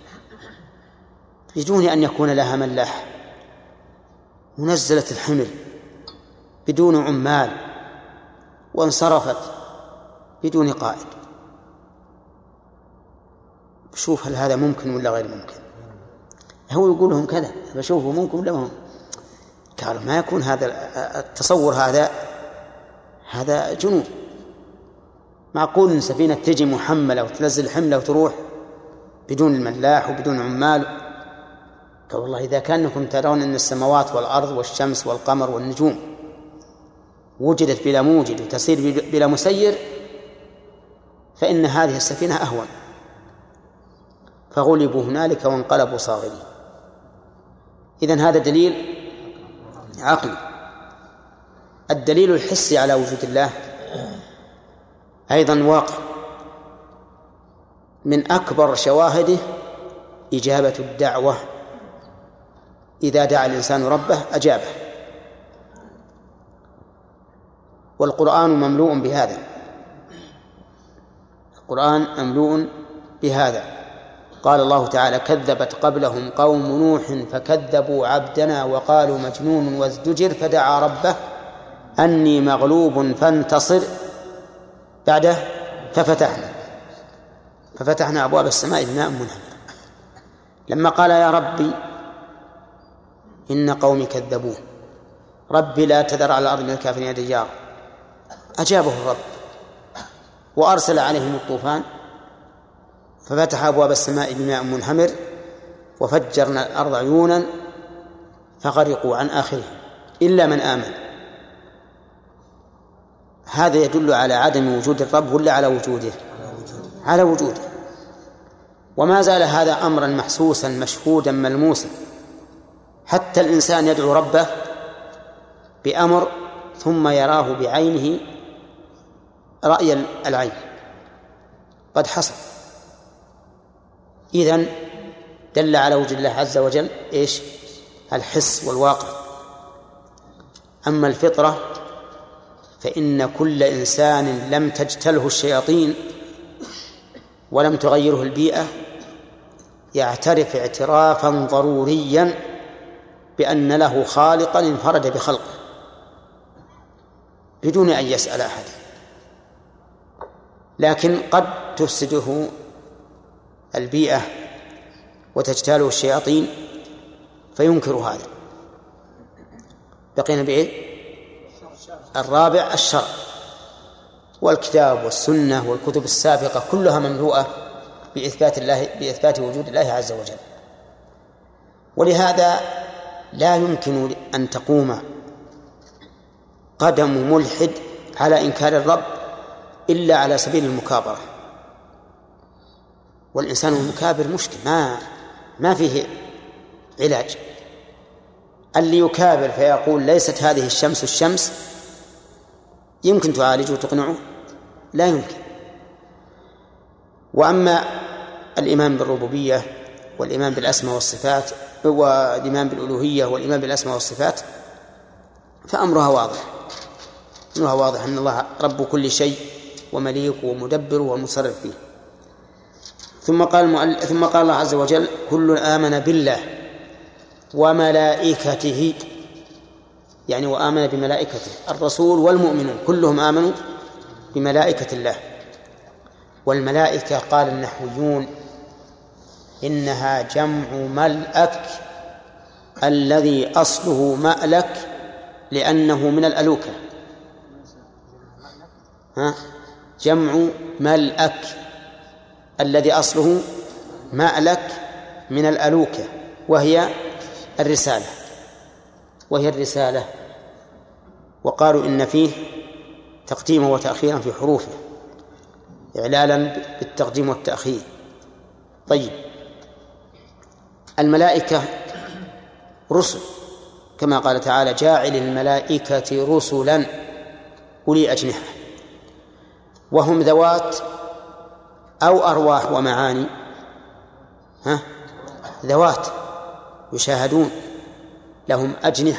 بدون أن يكون لها ملاح، منزلة الحمل بدون عمال، وانصرفت بدون قائد. شوف هل هذا ممكن ولا غير ممكن؟ هو يقول لهم كذا، فشوفوا ممكن ولا مهم. قالوا ما يكون هذا التصور، هذا جنون. معقول إن سفينة تجي محملة وتنزل حملة وتروح بدون الملاح وبدون عمال؟ قال والله إذا كانكم ترون أن السماوات والأرض والشمس والقمر والنجوم وجدت بلا موجد وتسير بلا مسير فإن هذه السفينة أهون. فغلبوا هنالك وانقلبوا صاغرين. إذن هذا دليل عقلي. الدليل الحسي على وجود الله أيضا واقع. من أكبر شواهده إجابة الدعوة، إذا دعا الإنسان ربه أجابه، والقرآن مملوء بهذا. القرآن مملوء بهذا. قال الله تعالى: كذبت قبلهم قوم نوح فكذبوا عبدنا وقالوا مجنون وازدجر فدعا ربه أني مغلوب فانتصر بعده ففتحنا أبواب السماء بماء منهمر. لما قال يا ربي إن قومي كذبون، ربي لا تذر على الأرض من الكافرين ديارا، أجابه الرب وأرسل عليهم الطوفان ففتح أبواب السماء بماء منهمر وفجرنا الأرض عيونا فغرقوا عن آخرهم إلا من آمن. هذا يدل على عدم وجود الرب ولا على وجوده؟ على وجوده. وما زال هذا أمرا محسوسا مشهودا ملموسا، حتى الإنسان يدعو ربه بأمر ثم يراه بعينه رأي العين، قد حصل. إذن دل على وجود الله عز وجل إيش؟ الحس والواقع. أما الفطرة فإن كل إنسان لم تجتله الشياطين ولم تغيره البيئة يعترف اعترافا ضروريا بأن له خالقا انفرد بخلقه بدون أن يسأل أحد. لكن قد تفسده البيئة وتجتاله الشياطين فينكر هذا. بقينا بإيه؟ الرابع الشرع، والكتاب والسنة والكتب السابقة كلها مملوءة بإثبات وجود الله عز وجل. ولهذا لا يمكن أن تقوم قدم ملحد على إنكار الرب إلا على سبيل المكابرة، والإنسان المكابر مشكل ما فيه علاج. اللي يكابر فيقول ليست هذه الشمس يمكن تعالجه وتقنعه؟ لا يمكن. وأما الإيمان بالربوبية والإيمان بالأسماء والصفات والإيمان بالألوهية والإيمان بالأسماء والصفات فأمرها واضح أن الله رب كل شيء ومليكه ومدبره ومصرف فيه. ثم قال الله عز وجل: كل آمن بالله وملائكته، يعني وآمن بملائكته. الرسول والمؤمنون كلهم آمنوا بملائكة الله. والملائكة قال النحويون إنها جمع ملأك الذي أصله مألك لأنه من الألوكة. جمع ملأك الذي أصله مألك من الألوكة وهي الرسالة. وقالوا إن فيه تقديما وتأخيرا في حروفه إعلالا بالتقديم والتأخير. طيب، الملائكة رسل كما قال تعالى: جاعل الملائكة رسلا أولي أجنحة، وهم ذوات أو أرواح ومعاني؟ ذوات يشاهدون، لهم أجنحة.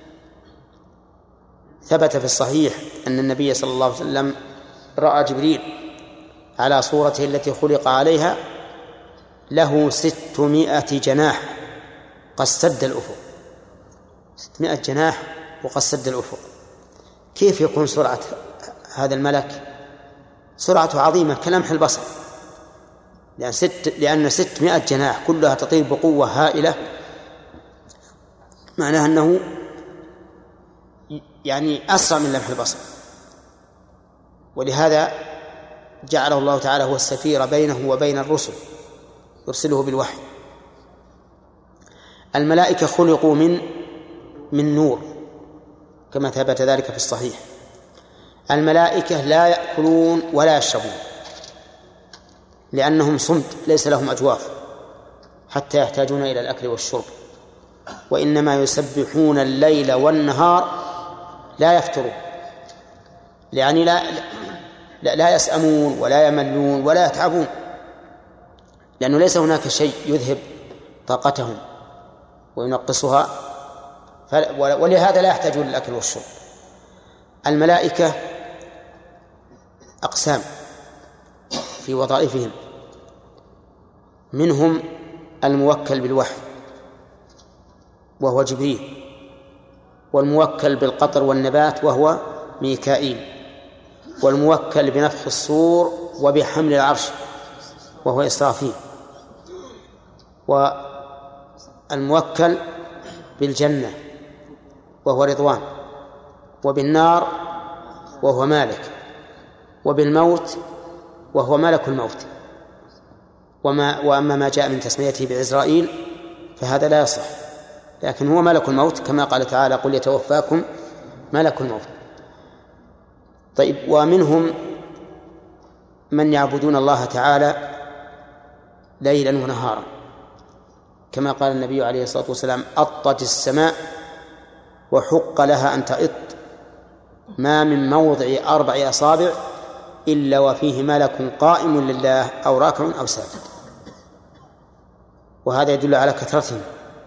ثبت في الصحيح أن النبي صلى الله عليه وسلم رأى جبريل على صورته التي خلق عليها له 600 جناح قد سد الأفق. 600 جناح وقد سد الأفق. كيف يكون سرعة هذا الملك؟ سرعته عظيمة كلمح البصر، لأن 600 جناح كلها تطير بقوة هائلة، معناها أنه يعني أسرع من لمح البصر، ولهذا جعله الله تعالى هو السفير بينه وبين الرسل، يرسله بالوحي. الملائكة خلقوا من نور كما ثبت ذلك في الصحيح. الملائكة لا يأكلون ولا يشربون لأنهم صمت، ليس لهم أجواف حتى يحتاجون إلى الأكل والشرب، وإنما يسبحون الليل والنهار لا يفترون، يعني لا يسأمون ولا يملون ولا يتعبون، لأنه ليس هناك شيء يذهب طاقتهم وينقصها، ولهذا لا يحتاجون للأكل والشرب. الملائكة أقسام في وظائفهم، منهم الموكل بالوحي وهو جبريل، والموكل بالقطر والنبات وهو ميكائيل، والموكل بنفخ الصور وبحمل العرش وهو إسرافيل، والموكل بالجنة وهو رضوان، وبالنار وهو مالك، وبالموت وهو ملك الموت. وأما ما جاء من تسميته بعزرائيل فهذا لا يصح، لكن هو ملك الموت كما قال تعالى: قل يتوفاكم ملك الموت. طيب، ومنهم من يعبدون الله تعالى ليلا ونهارا، كما قال النبي عليه الصلاة والسلام: أطت السماء وحق لها أن تئط، ما من موضع 4 أصابع إلا وفيه ملك قائم لله أو راكع أو ساجد. وهذا يدل على كثرتهم.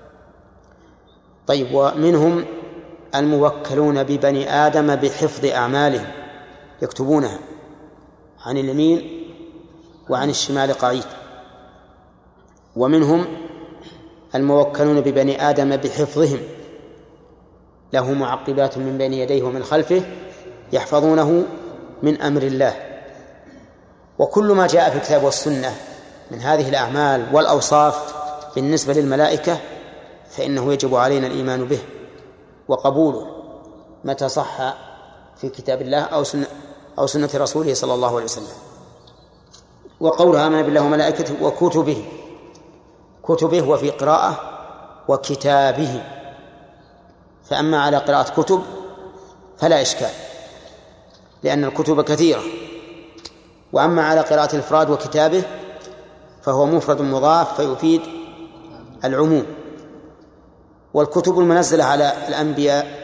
طيب، ومنهم الموكلون ببني آدم بحفظ أعمالهم، يكتبونها عن اليمين وعن الشمال قعيد. ومنهم الموكلون ببني آدم بحفظهم، له معقبات من بين يديه ومن خلفه يحفظونه من أمر الله. وكل ما جاء في الكتاب والسنة من هذه الأعمال والأوصاف بالنسبة للملائكة فإنه يجب علينا الإيمان به وقبوله متى صح في كتاب الله أو سنة رسوله صلى الله عليه وسلم. وقولها آمن بالله وملائكته وكتبه، كتبه وفي قراءة وكتابه، فأما على قراءة كتب فلا إشكال لأن الكتب كثيرة، وأما على قراءة الإفراد وكتابه فهو مفرد مضاف فيفيد العموم. والكتب المنزلة على الأنبياء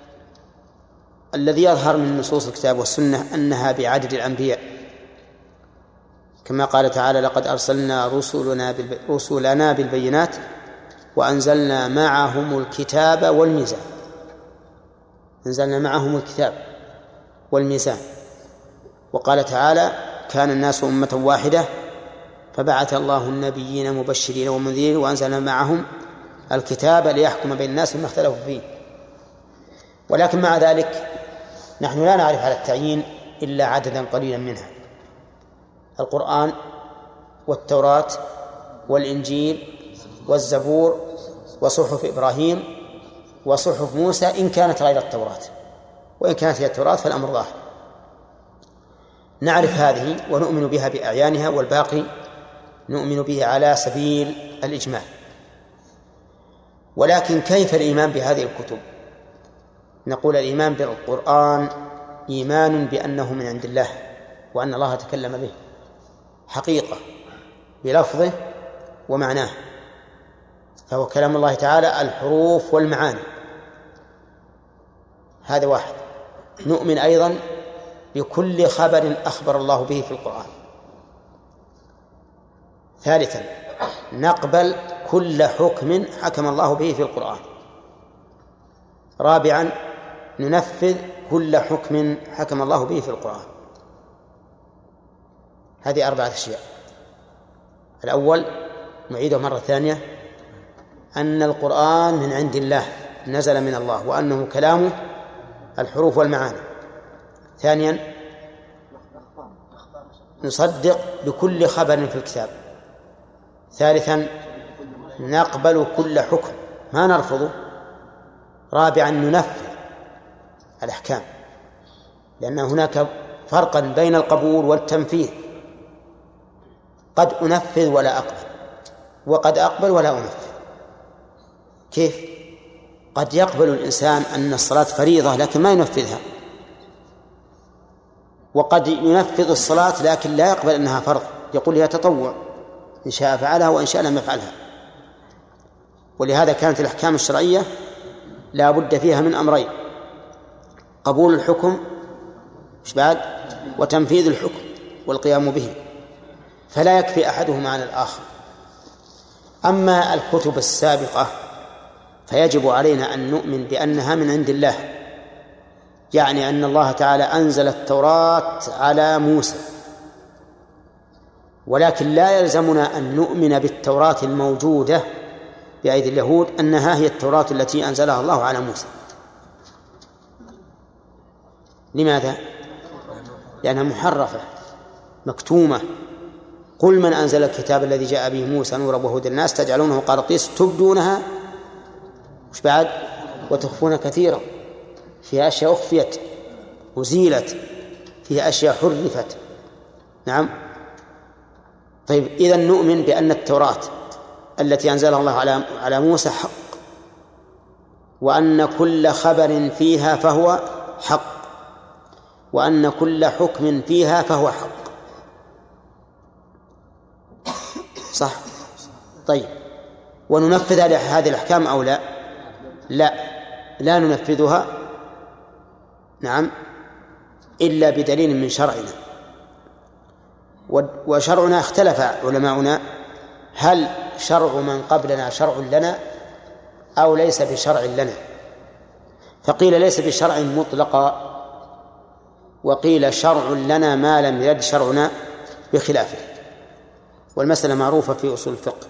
الذي يظهر من نصوص الكتاب والسنة أنها بعدد الأنبياء، كما قال تعالى: لقد أرسلنا رسلنا بالبينات وأنزلنا معهم الكتاب والميزان. أنزلنا معهم الكتاب والميزان. وقال تعالى: كان الناس أمة واحدة فبعث الله النبيين مبشرين ومنذرين وأنزلنا معهم الكتاب ليحكم بين الناس فيما اختلفوا فيه. ولكن مع ذلك نحن لا نعرف على التعيين إلا عددا قليلا منها: القرآن والتوراة والإنجيل والزبور وصحف إبراهيم وصحف موسى إن كانت غير التوراة، وإن كانت هي التوراة فالأمر ظاهر. نعرف هذه ونؤمن بها بأعيانها، والباقي نؤمن به على سبيل الإجمال. ولكن كيف الإيمان بهذه الكتب؟ نقول: الإيمان بالقرآن إيمان بأنه من عند الله، وأن الله تكلم به حقيقة بلفظه ومعناه، فهو كلام الله تعالى الحروف والمعاني. هذا واحد. نؤمن أيضا بكل خبر أخبر الله به في القرآن. ثالثا، نقبل كل حكم حكم الله به في القرآن. رابعا، ننفذ كل حكم حكم الله به في القرآن. هذه 4 أشياء. الأول نعيده مرة ثانية: أن القرآن من عند الله، نزل من الله، وأنه كلامه الحروف والمعاني. ثانيا، نصدق بكل خبر في الكتاب. ثالثا، نقبل كل حكم ما نرفضه. رابعا، ننفذ الأحكام، لأن هناك فرقا بين القبول والتنفيذ. قد أنفذ ولا أقبل، وقد أقبل ولا أنفذ. كيف؟ قد يقبل الإنسان أن الصلاة فريضة لكن ما ينفذها، وقد ينفذ الصلاة لكن لا يقبل أنها فرض، يقول هي تطوع، إن شاء فعلها وإن شاء لم يفعلها. ولهذا كانت الأحكام الشرعية لا بد فيها من أمرين: قبول الحكم وتنفيذ الحكم والقيام به، فلا يكفي أحدهما عن الآخر. أما الكتب السابقة فيجب علينا أن نؤمن بأنها من عند الله، يعني أن الله تعالى أنزل التوراة على موسى، ولكن لا يلزمنا أن نؤمن بالتوراة الموجودة بأيدي اليهود أنها هي التوراة التي أنزلها الله على موسى. لماذا؟ لأنها محرفة مكتومة. قل من أنزل الكتاب الذي جاء به موسى نورا وهدى للناس تجعلونه قراطيس تبدونها وتخفون كثيرا، فيها أشياء أخفيت وزيلت، فيها أشياء حرفت. نعم. طيب، إذن نؤمن بأن التوراة التي أنزلها الله على موسى حق، وأن كل خبر فيها فهو حق، وأن كل حكم فيها فهو حق. صح؟ طيب، وننفذ هذه الأحكام أو لا؟ لا ننفذها، نعم، إلا بدليل من شرعنا. وشرعنا اختلف علماؤنا هل شرع من قبلنا شرع لنا أو ليس بشرع لنا، فقيل ليس بشرع مطلقا، وقيل شرع لنا ما لم يرد شرعنا بخلافه، والمسألة معروفة في أصول الفقه.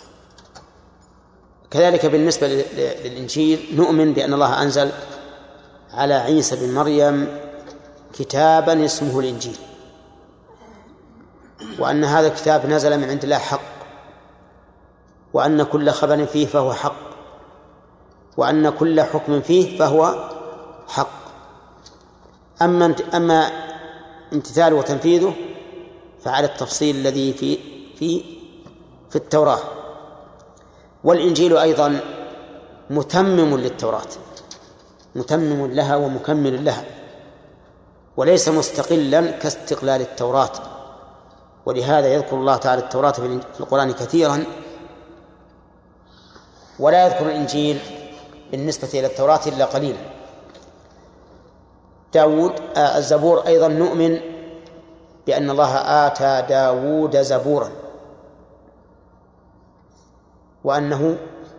كذلك بالنسبة للإنجيل نؤمن بأن الله أنزل على عيسى بن مريم كتابا اسمه الإنجيل، وأن هذا الكتاب نزل من عند الله حق، وأن كل خبر فيه فهو حق، وأن كل حكم فيه فهو حق. أما امتثاله وتنفيذه فعلى التفصيل الذي في التوراة. والإنجيل أيضا متمم للتوراة، متمم لها ومكمل لها، وليس مستقلا كاستقلال التوراة. ولهذا يذكر الله تعالى التوراة في القرآن كثيرا، ولا يذكر الإنجيل بالنسبة إلى التوراة إلا قليلا. الزبور أيضا نؤمن بأن الله آتى داود زبورا، وأنه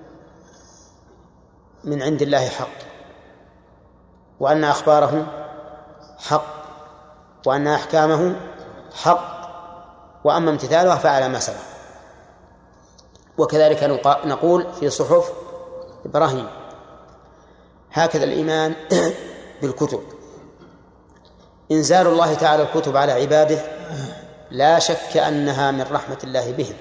من عند الله حق، وأن أخباره حق، وأن أحكامه حق، وأما امتثالها فعلى ما سبق. وكذلك نقول في صحف إبراهيم. هكذا الإيمان بالكتب. إنزال الله تعالى الكتب على عباده لا شك أنها من رحمة الله بهم،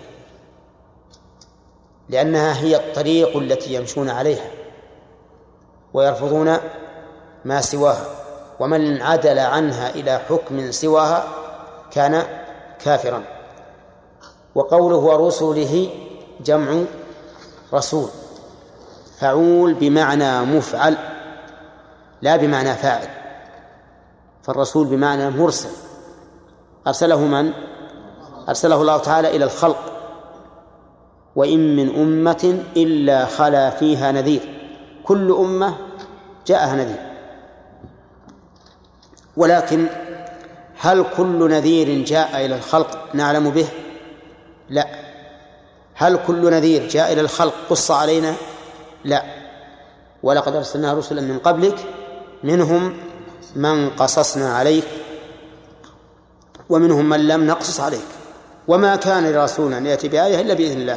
لأنها هي الطريق التي يمشون عليها ويرفضون ما سواها، ومن عدل عنها إلى حكم سواها كان كافرا. وقوله ورسله جمع رسول، فعول بمعنى مفعل لا بمعنى فاعل، فالرسول بمعنى مرسل. أرسله من؟ أرسله الله تعالى إلى الخلق. وإن من أمة إلا خلا فيها نذير، كل أمة جاءها نذير، ولكن هل كل نذير جاء إلى الخلق نعلم به؟ لا. هل كل نذير جاء إلى الخلق قص علينا؟ لا. ولقد أرسلنا رسلا من قبلك منهم من قصصنا عليك ومنهم من لم نقصص عليك وما كان لرسول أن يأتي بآية إلا بإذن الله.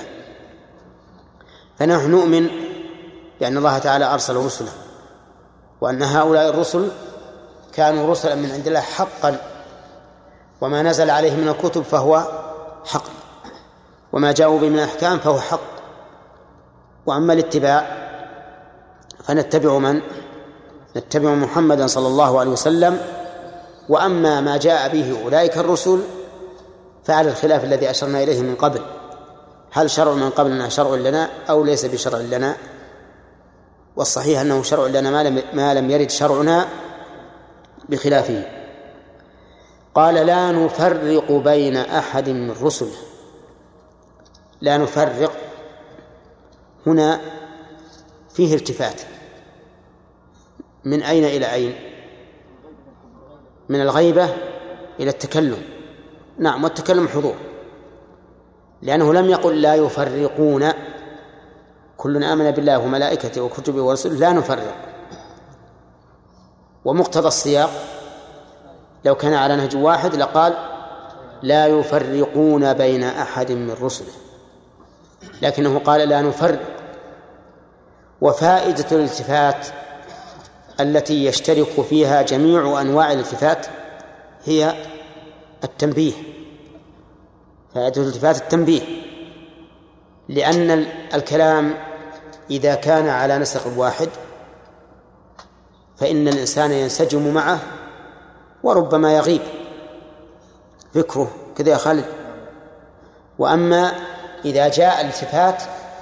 فنحن نؤمن بأن الله تعالى أرسل رسله، وأن هؤلاء الرسل كانوا رسلا من عند الله حقا، وما نزل عليه من الكتب فهو حق، وما جاءوا به من الأحكام فهو حق. وأما الاتباع فنتبع من؟ نتبع محمدا صلى الله عليه وسلم. وأما ما جاء به أولئك الرسل فعلى الخلاف الذي أشرنا إليه من قبل، هل شرع من قبلنا شرع لنا أو ليس بشرع لنا؟ والصحيح أنه شرع لنا ما لم يرد شرعنا بخلافه. قال لا نفرق بين أحد من رسله. لا نفرق هنا فيه التفات، من أين إلى أين؟ من الغيبة إلى التكلم. نعم، والتكلم حضور، لأنه لم يقل لا يفرقون، كل آمن بالله وملائكته وكتبه ورسله لا نفرق. ومقتضى السياق لو كان على نهج واحد لقال لا يفرقون بين أحد من رسله، لكنه قال لا نفرق. وفائدة الالتفات التي يشترك فيها جميع أنواع الالتفات هي التنبيه. فائدة الالتفات التنبيه، لأن الكلام إذا كان على نسق واحد فإن الإنسان ينسجم معه وربما يغيب فكره، كذا يا خالد. وأما إذا جاء الالتفات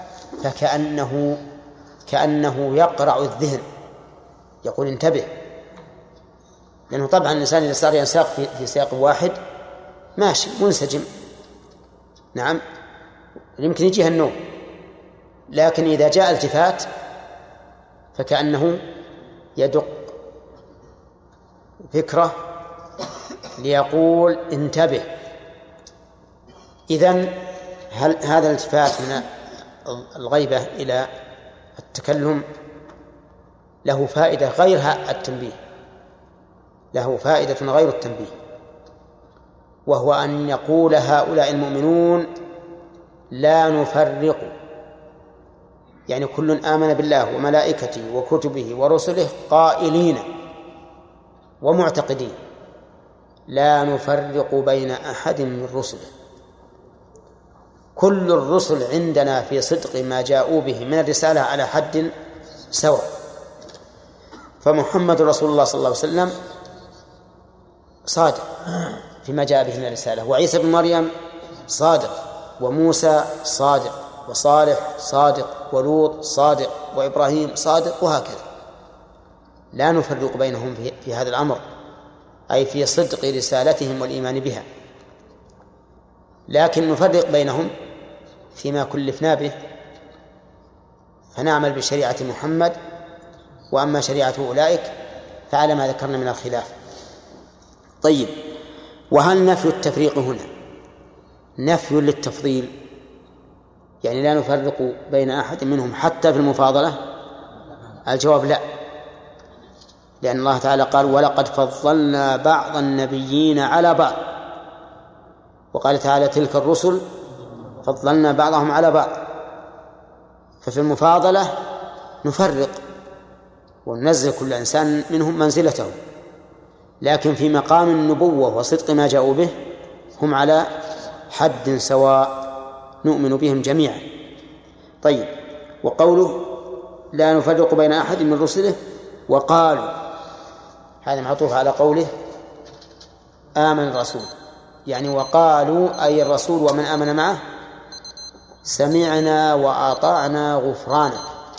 فكأنه يقرع الذهن، يقول انتبه، لأنه طبعا الإنسان إذا صار ينساق في سياق واحد ماشي منسجم، نعم يمكن يجيها النوم. لكن إذا جاء التفات فكأنه يدق فكرة ليقول انتبه. إذن هذا الالتفات من الغيبة إلى التكلم له فائدة غير التنبيه، له فائدة غير التنبيه، وهو أن يقول هؤلاء المؤمنون لا نفرق، يعني كل آمن بالله وملائكته وكتبه ورسله قائلين ومعتقدين لا نفرق بين أحد من رسله. كل الرسل عندنا في صدق ما جاءوا به من الرسالة على حد سواء، فمحمد رسول الله صلى الله عليه وسلم صادق فيما جاء به من الرسالة، وعيسى بن مريم صادق، وموسى صادق، وصالح صادق، ولوط صادق، وإبراهيم صادق، وهكذا. لا نفرق بينهم في هذا الأمر، أي في صدق رسالتهم والإيمان بها، لكن نفرق بينهم فيما كلفنا به، فنعمل بشريعة محمد، وأما شريعة أولئك فعلى ما ذكرنا من الخلاف. طيب، وهل نفي التفريق هنا نفي للتفضيل؟ يعني لا نفرق بين أحد منهم حتى في المفاضلة؟ الجواب لا، لأن الله تعالى قال ولقد فضلنا بعض النبيين على بعض، وقال تعالى تلك الرسل فضلنا بعضهم على بعض. ففي المفاضلة نفرق وننزل كل إنسان منهم منزلته، لكن في مقام النبوة وصدق ما جاءوا به هم على حد سواء نؤمن بهم جميعا. طيب، وقوله لا نفرق بين أحد من رسله وقالوا، هذا معطوف على قوله آمن الرسول، يعني وقالوا أي الرسول ومن آمن معه سمعنا وأطعنا غفرانك.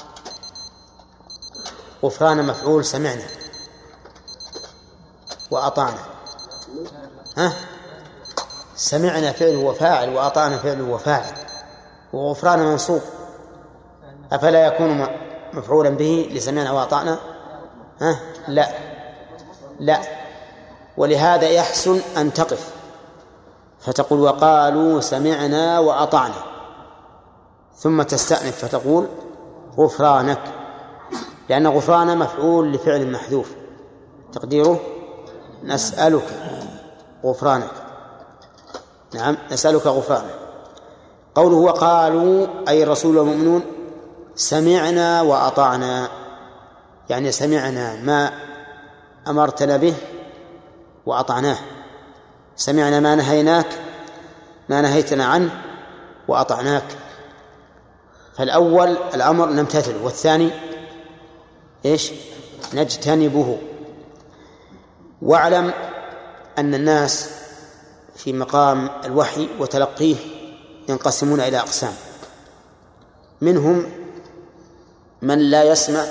غفران مفعول سمعنا، وأطعنا سمعنا فعل وفاعل، وأطعنا فعل وفاعل، وغفران منصوب، أفلا يكون مفعولا به لسمعنا وأطعنا؟ لا، ولهذا يحسن أن تقف فتقول وقالوا سمعنا وأطعنا، ثم تستأنف فتقول غفرانك، لأن غفران مفعول لفعل محذوف تقديره نسألك غفرانك. نعم، نسألك غفرانك. قوله وقالوا أي الرسول والمؤمنون سمعنا وأطعنا، يعني سمعنا ما أمرتنا به وأطعناه، سمعنا ما نهيناك ما نهيتنا عنه وأطعناك. فالأول الأمر نمتثل، والثاني إيش؟ نجتنبه. واعلم أن الناس في مقام الوحي وتلقيه ينقسمون إلى أقسام. منهم من لا يسمع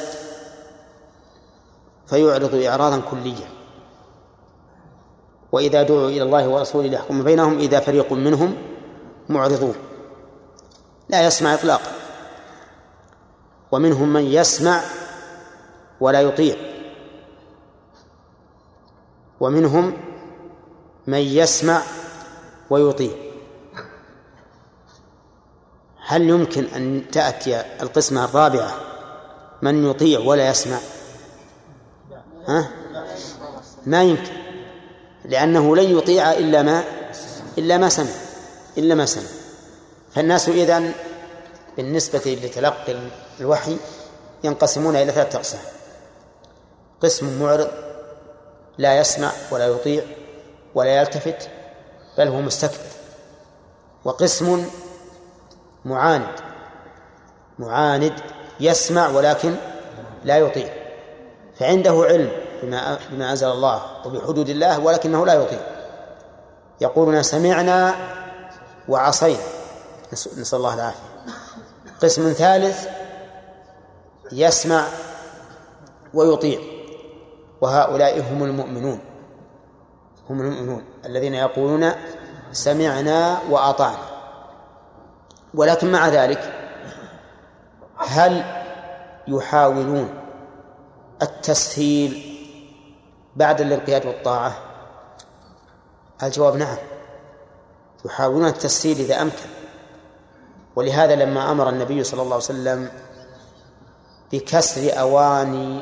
فيعرض إعراضا كليا، وإذا دعوا إلى الله ورسوله ليحكم بينهم إذا فريق منهم معرضون، لا يسمع إطلاقا. ومنهم من يسمع ولا يطيع، ومنهم من يسمع ويطيع. هل يمكن أن تأتي القسمة الرابعة من يطيع ولا يسمع؟ ما يمكن، لأنه لن يطيع إلا ما سمع. فالناس إذن بالنسبة لتلقي الوحي ينقسمون إلى 3 أقسام: قسم معرض لا يسمع ولا يطيع ولا يلتفت بل هو مستكبر، وقسم معاند يسمع ولكن لا يطيع، فعنده علم بما أنزل الله وبحدود الله ولكنه لا يطيع، يقولون سمعنا وعصينا، نسأل الله العافية. قسم ثالث يسمع ويطيع، وهؤلاء هم المؤمنون الذين يقولون سمعنا وأطعنا. ولكن مع ذلك هل يحاولون التسهيل بعد الانقياد والطاعة؟ الجواب نعم، يحاولون التسهيل إذا أمكن. ولهذا لما أمر النبي صلى الله عليه وسلم بكسر أواني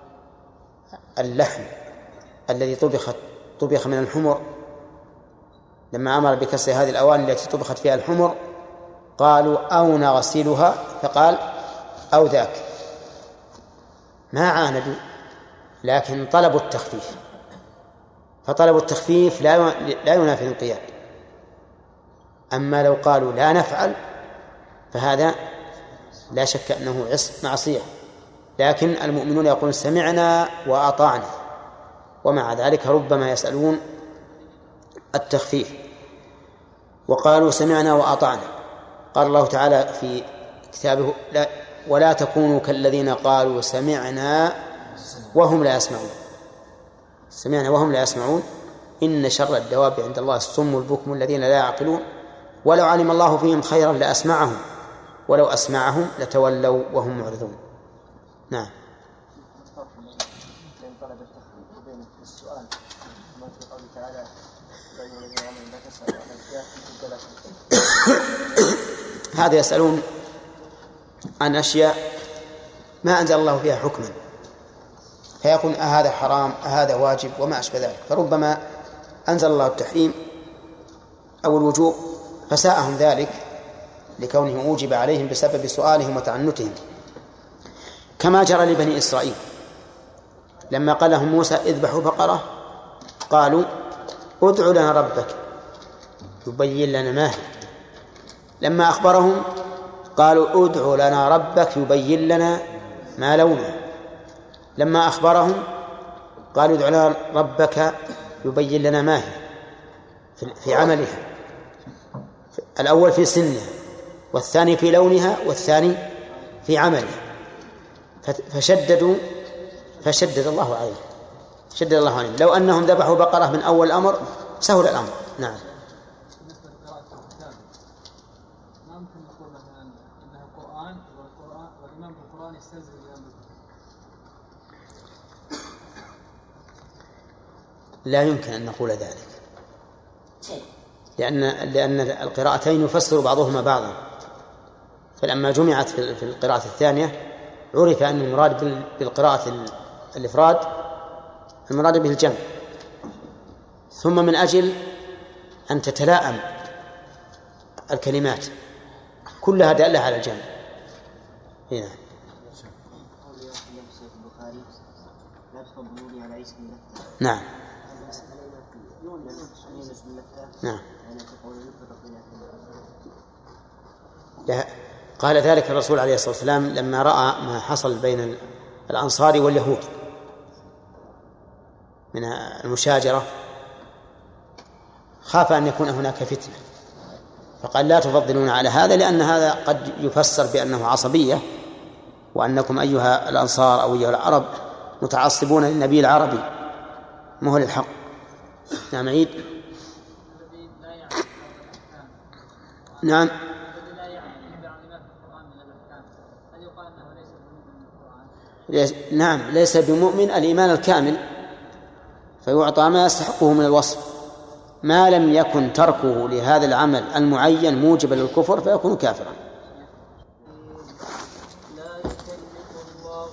اللحم الذي طبخ من الحمر، لما أمر بكسر هذه الأواني التي طبخت فيها الحمر قالوا أو نغسلها، فقال أو ذاك. ما عاندوا لكن طلبوا التخفيف، فطلب التخفيف لا ينافي الانقياد. أما لو قالوا لا نفعل فهذا لا شك أنه معصية، لكن المؤمنون يقولون سمعنا وأطعنا، ومع ذلك ربما يسألون التخفيف. وقالوا سمعنا وأطعنا، قال الله تعالى في كتابه ولا تكونوا كالذين قالوا سمعنا وهم لا يسمعون. سمعنا وهم لا يسمعون، إن شر الدواب عند الله الصم البكم الذين لا يعقلون ولو علم الله فيهم خيرا لأسمعهم ولو أسمعهم لتولوا وهم معرضون. نعم. هذا يسألون عن أشياء ما أنزل الله فيها حكما، فيقول أهذا حرام أهذا واجب وما أشبه ذلك، فربما أنزل الله التحريم أو الوجوب فساءهم ذلك لكونه أوجب عليهم بسبب سؤالهم وتعنتهم، كما جرى لبني إسرائيل لما قال لهم موسى اذبحوا بقرة قالوا ادع لنا ربك يبين لنا ما هي، لما أخبرهم قالوا ادع لنا ربك يبين لنا ما لونه، لما أخبرهم قالوا ادع لنا ربك يبين لنا ما هي في عملها، الأول في سنها والثاني في لونها والثاني في عملها، فشدد الله عليهم. لو أنهم ذبحوا بقرة من أول الأمر سهل الأمر. نعم. ما ممكن نقول مثلا أنها القرآن والإمام بالقرآن يستلزم الإمام بالقرآن؟ لا يمكن أن نقول ذلك، لأن القراءتين يفسر بعضهما بعضا، فلما جمعت في القراءة الثانية عرف أن المراد بالقراءة الإفراد المراد به الجمع، ثم من أجل أن تتلائم الكلمات كلها دالة على الجمع. هنا نعم نعم. قال ذلك الرسول عليه الصلاة والسلام لما رأى ما حصل بين الأنصار واليهود من المشاجرة خاف أن يكون هناك فتنة، فقال لا تفضلون على هذا، لأن هذا قد يفسر بأنه عصبية، وأنكم أيها الأنصار أو أيها العرب متعصبون للنبي العربي ما هو للحق. نعم عيد. نعم نعم ليس بمؤمن الإيمان الكامل، فيعطى ما يستحقه من الوصف، ما لم يكن تركه لهذا العمل المعين موجبا للكفر فيكون كافرا. لا يكلف الله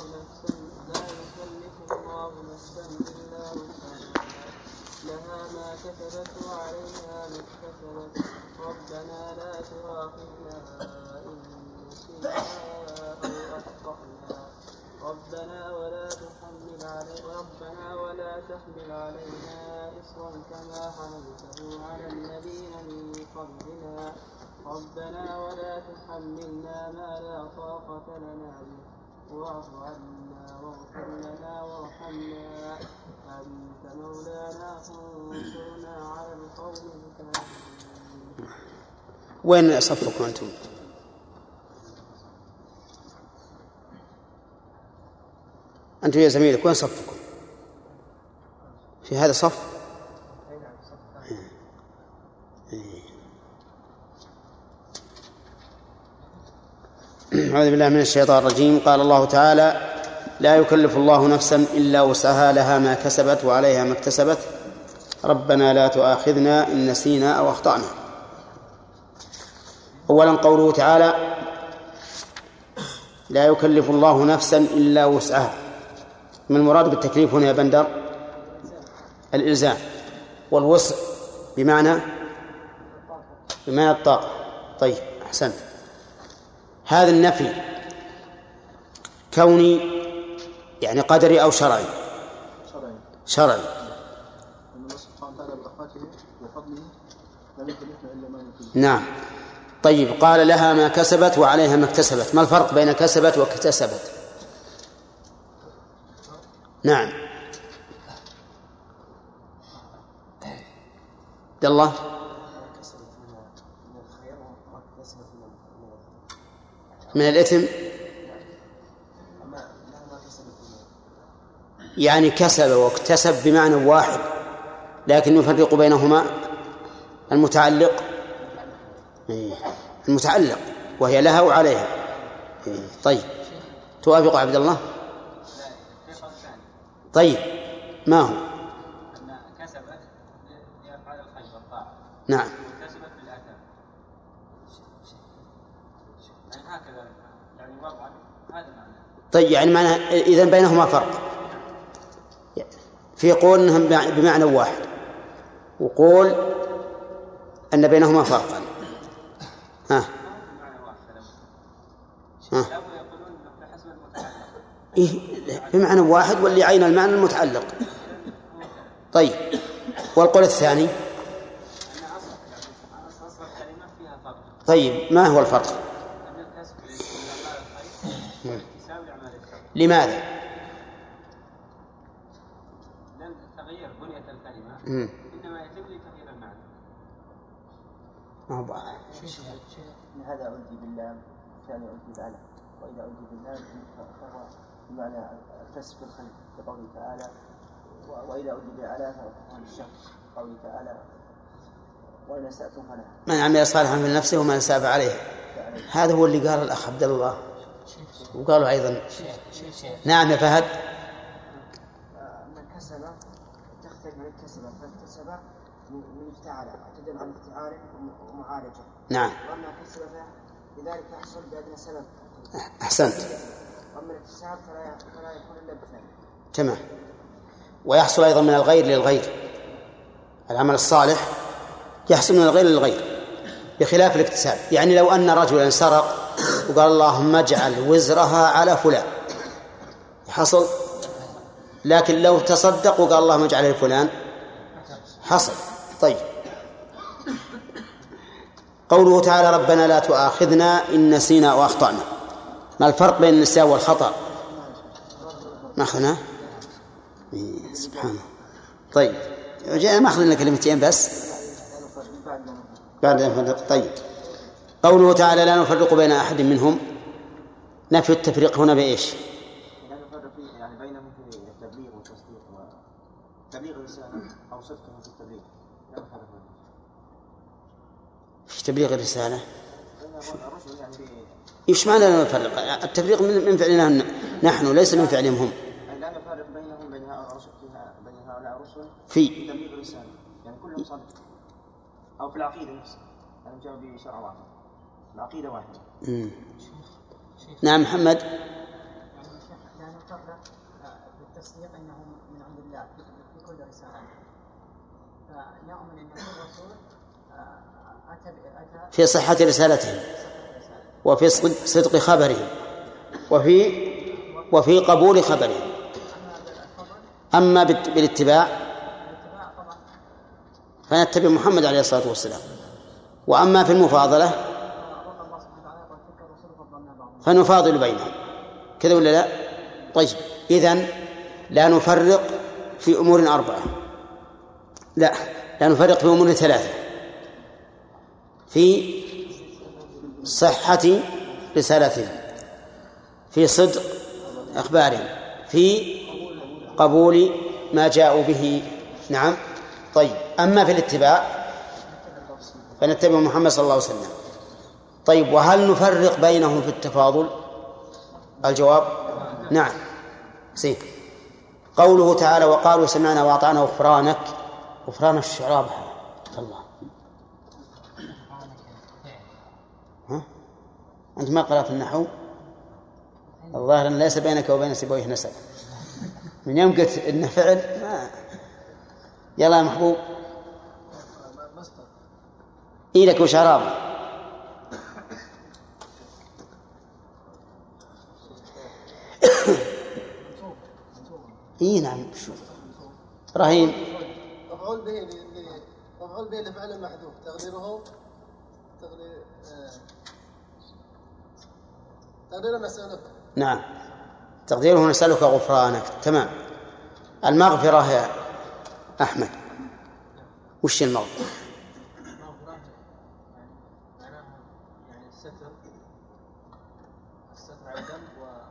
نفسا إلا وسعها لها ما كسبت وعليها ما اكتسبت ربنا لا تؤاخذنا إن نسينا أو أخطأنا ربنا ولا تحمل علينا إصرا كما حملته على الذين من قبلنا ربنا ولا تحملنا ما لا طاقة لنا به واعف عنا واغفر لنا وارحمنا أنت مولانا فانصرنا على القوم الكافرين. وين صفكم أنتم؟ أنتم يا زميلك وين صفكم؟ في هذا صف؟ أعوذ بالله من الشيطان الرجيم. قال الله تعالى لا يكلف الله نفسا إلا وسعها لها ما كسبت وعليها ما اكتسبت ربنا لا تؤاخذنا إن نسينا أو أخطأنا. أولا قوله تعالى لا يكلف الله نفسا إلا وسعها، من المراد بالتكليف هنا يا بندر الإلزام، والوسع بمعنى الطاقة. طيب أحسنت. هذا النفي كوني يعني قدري أو شرعي؟ شرعي. نعم. طيب قال لها ما كسبت وعليها ما اكتسبت، ما الفرق بين كسبت واكتسبت؟ نعم عبد الله. من الإثم يعني كسب واكتسب بمعنى واحد، لكن يفرق بينهما المتعلق وهي لها وعليها. طيب توافق عبد الله؟ طيب ما هو؟ كسبت لأفعال الخير والطاعة. نعم. وكسبت بالآثام. يعني هكذا يعني وضعا هذا معنى. طيب يعني معنى إذن بينهما فرق، في قول أنهم بمعنى واحد وقول أن بينهما فرقا. بمعنى واحد واللي عين المعنى المتعلق. طيب والقول الثاني؟ طيب ما هو الفرق؟ لماذا؟ لأن تغيير بنية الكلمة إنما يتم لتغيير المعنى. ما هو واضح. هذا ألقي بالله الثاني ألقي بالله، وإذا ألقي بالله فهو بمعنى الكسب في الخير كقوله تعالى، وإذا ألقي بالعلا فهو الشخص قوله تعالى وإن أسأتم فلا من عمل صالحا من نفسه ومن أساء عليه. هذا هو اللي قال الأخ عبد الله، وقالوا أيضا. نعم يا فهد. من كسب تختلف من الكسب، فالكسب من افتعال تدل على افتعال ومعالجة. نعم. وأما كسب لذلك يحصل بأدنى سبب. أحسنت. وأما الاكتساب فلا يكون إلا بفعل. تمام. ويحصل أيضا من الغير للغير، العمل الصالح يحصل من الغير للغير بخلاف الاكتساب. يعني لو أن رجلا سرق وقال اللهم اجعل وزرها على فلان حصل، لكن لو تصدق وقال اللهم اجعل لفلان حصل. طيب قوله تعالى ربنا لا تؤاخذنا إن نسينا أو أخطأنا، ما الفرق بين النسيان والخطأ؟ ما أخذنا سبحانه. طيب ما أخذ لنا كلمتين بس بعد أن نفرق. طيب قوله تعالى لا نفرق بين أحد منهم، نفي التفريق هنا بإيش؟ لا نفرق يعني بينهم في التبليغ والتصديق وتبليغ الرسالة أو صدقهم في التبليغ، لا نفرق بينهم في تبليغ الرسالة. الرسل يعني إيش معنى لا نفرق؟ التفريق من فعلنا نحن ليس من فعلهم هم. لا نفرق بينهم بين هؤلاء الرسل في تبليغ الرسالة، يعني كلهم صادق، أو في العقيدة نفسها، يعني جاءوا بشرع واحد، العقيدة واحدة. نعم محمد. لا نفرق بالتصديق أنهم من عند الله في كل رسالة، فنؤمن أن كل رسول أتى في صحة رسالتهم وفي صدق خبرهم وفي قبول خبرهم. أما بالاتباع فنتبع محمد عليه الصلاة والسلام، وأما في المفاضلة فنفاضل بينهم، كذا ولا لا؟ طيب إذن لا نفرق في أمور 4، لا نفرق في أمور 3: في صحة رسالتهم، في صدق أخبارهم، في قبول ما جاءوا به. نعم. طيب أما في الاتباع فنتبع محمد صلى الله عليه وسلم. طيب وهل نفرق بينهم في التفاضل؟ الجواب نعم. قوله تعالى وقالوا سمعنا وأطعنا غفرانك الشعراب الله. أنت ما قرأت النحو؟ الظاهر أن ليس بينك وبين سيبويه نسب، من يوم قلت إنه فعل ما. يلا يا محبوب إيدك وشراب. نعم. رهيم مفعول به لفعل محذوف تقديره نسألك. نعم تقديره نسألك غفرانك. تمام. المغفرة يا أحمد وش المغفرة؟ يعني الستر على الذنب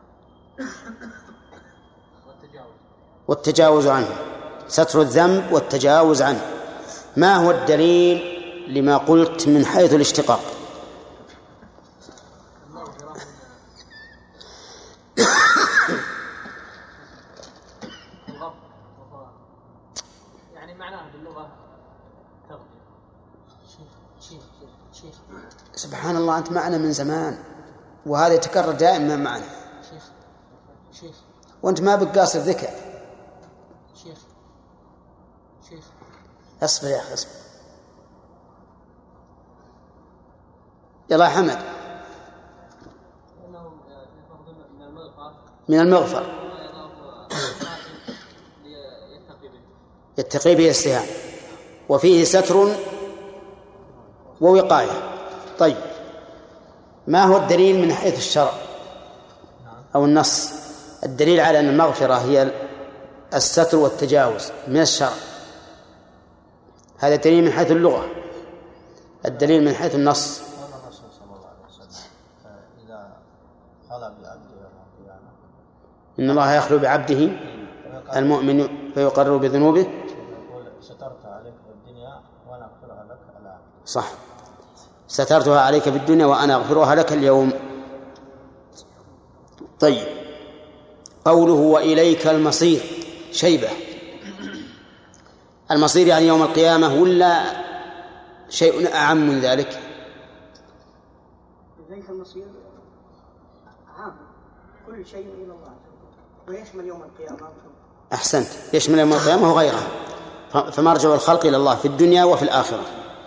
والتجاوز عنه، ستر الذنب والتجاوز عنه. ما هو الدليل لما قلت من حيث الاشتقاق؟ يعني معناه باللغة سبحان الله أنت معنا من زمان وهذا يتكرر دائما معنا وأنت ما بقاصر ذكر. اصبر يا أخي اصبر. يلا يا حمد. من المغفر يتقي به السهام وفيه ستر ووقاية. طيب ما هو الدليل من حيث الشرع أو النص؟ الدليل على أن المغفرة هي الستر والتجاوز من الشرع، هذا دليل من حيث اللغة. الدليل من حيث النص الرسول صلى الله عليه وسلم إذا خلى بعبده إن الله يخلو بعبده المؤمن فيقرر بذنوبه يقول سترت عليك بالدنيا وأنا أغفرها لك الآن. صح، سترتها عليك بالدنيا وأنا أغفرها لك اليوم. طيب قوله وإليك المصير شيبة، المصير يعني يوم القيامة ولا شيء أعم من ذلك؟ إليك المصير عام، كل شيء إلى الله ويشمل يوم القيامة. أحسنت، يشمل يوم القيامة وغيرها، فمرجع الخلق إلى الله في الدنيا وفي الآخرة.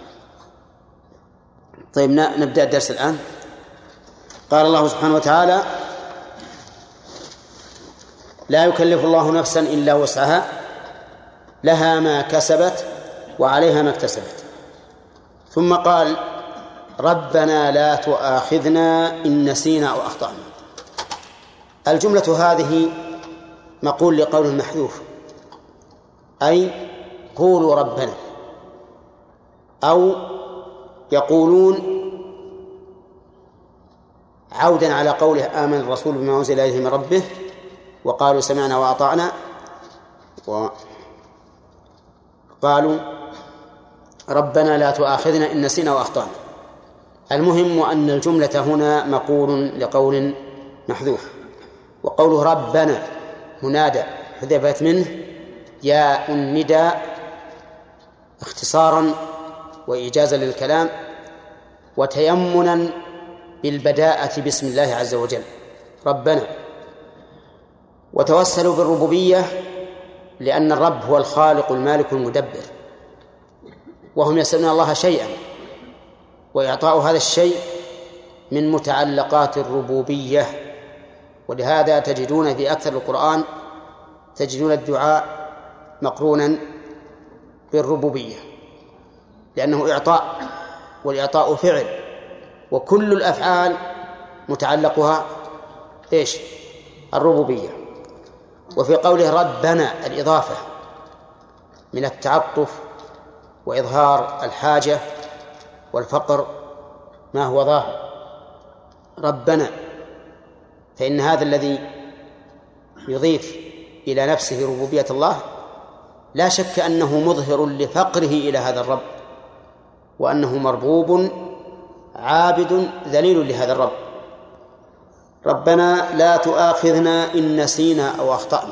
طيب نبدأ الدرس الآن. قال الله سبحانه وتعالى لا يكلف الله نفسا إلا وسعها لها ما كسبت وعليها ما اكتسبت. ثم قال ربنا لا تؤاخذنا إن نسينا أو أخطأنا. الجملة هذه مقول لقول محذوف، أي قولوا ربنا، أو يقولون عودا على قوله آمن الرسول بما أنزل إليه من ربه وقالوا سمعنا وأطعنا، وقالوا ربنا لا تؤاخذنا إن نسينا وأخطأنا. المهم أن الجملة هنا مقول لقول محذوف. وقوله ربنا منادى حذفت منه ياء النداء اختصارا وإيجازا للكلام وتيمنا بالبداءة باسم الله عز وجل ربنا. وتوسلوا بالربوبية لأن الرب هو الخالق المالك المدبر، وهم يسألون الله شيئا، وإعطاء هذا الشيء من متعلقات الربوبية. ولهذا تجدون في أكثر القرآن تجدون الدعاء مقرونا بالربوبية، لأنه إعطاء، والإعطاء فعل، وكل الأفعال متعلقها إيش؟ الربوبية. وفي قوله ربنا الإضافة من التعطف وإظهار الحاجة والفقر ما هو ظاهر ربنا، فإن هذا الذي يضيف إلى نفسه ربوبية الله لا شك أنه مظهر لفقره إلى هذا الرب، وأنه مربوب عابد ذليل لهذا الرب. ربنا لا تؤاخذنا إن نسينا أو أخطأنا.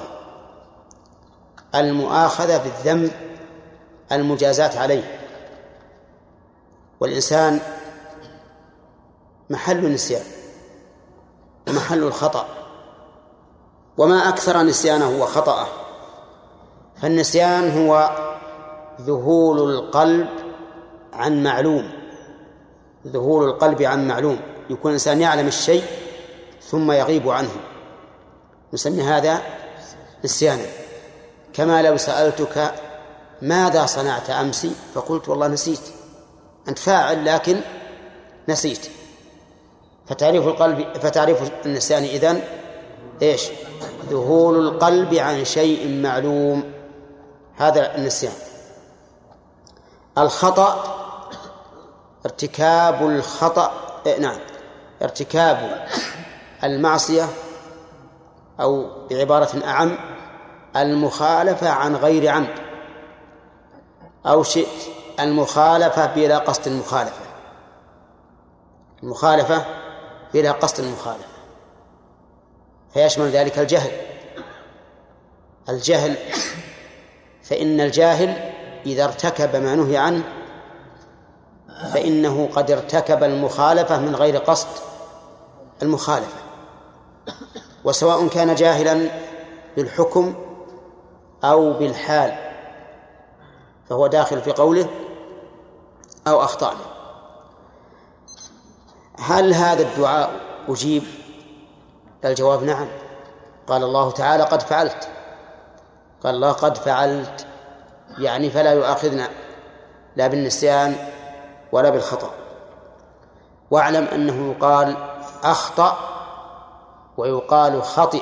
المؤاخذة بالذنب المجازات عليه، والإنسان محل النسيان ومحل الخطأ، وما أكثر نسيانه وخطأه. فالنسيان هو ذهول القلب عن معلوم، ذهول القلب عن معلوم، يكون الإنسان يعلم الشيء ثم يغيب عنه، نسمي هذا نسيانا. كما لو سألتك ماذا صنعت أمس فقلت والله نسيت، أنت فاعل لكن نسيت. فتعريف النسيان إذن إيش؟ ذهول القلب عن شيء معلوم، هذا النسيان. الخطأ ارتكاب الخطأ، ارتكاب المعصية، أو بعبارة أعم المخالفة عن غير عمد، أو شئت المخالفة بلا قصد المخالفة، المخالفة بلا قصد المخالفة، فيشمل ذلك الجهل. فإن الجاهل إذا ارتكب ما نهي عنه فإنه قد ارتكب المخالفة من غير قصد المخالفة، وسواء كان جاهلا بالحكم أو بالحال فهو داخل في قوله أو أخطأنا. هل هذا الدعاء أجيب؟ الجواب نعم. قال الله تعالى قد فعلت، قال الله قد فعلت، يعني فلا يؤاخذنا لا بالنسيان ولا بالخطأ. واعلم أنه يقال أخطأ ويقال خطئ،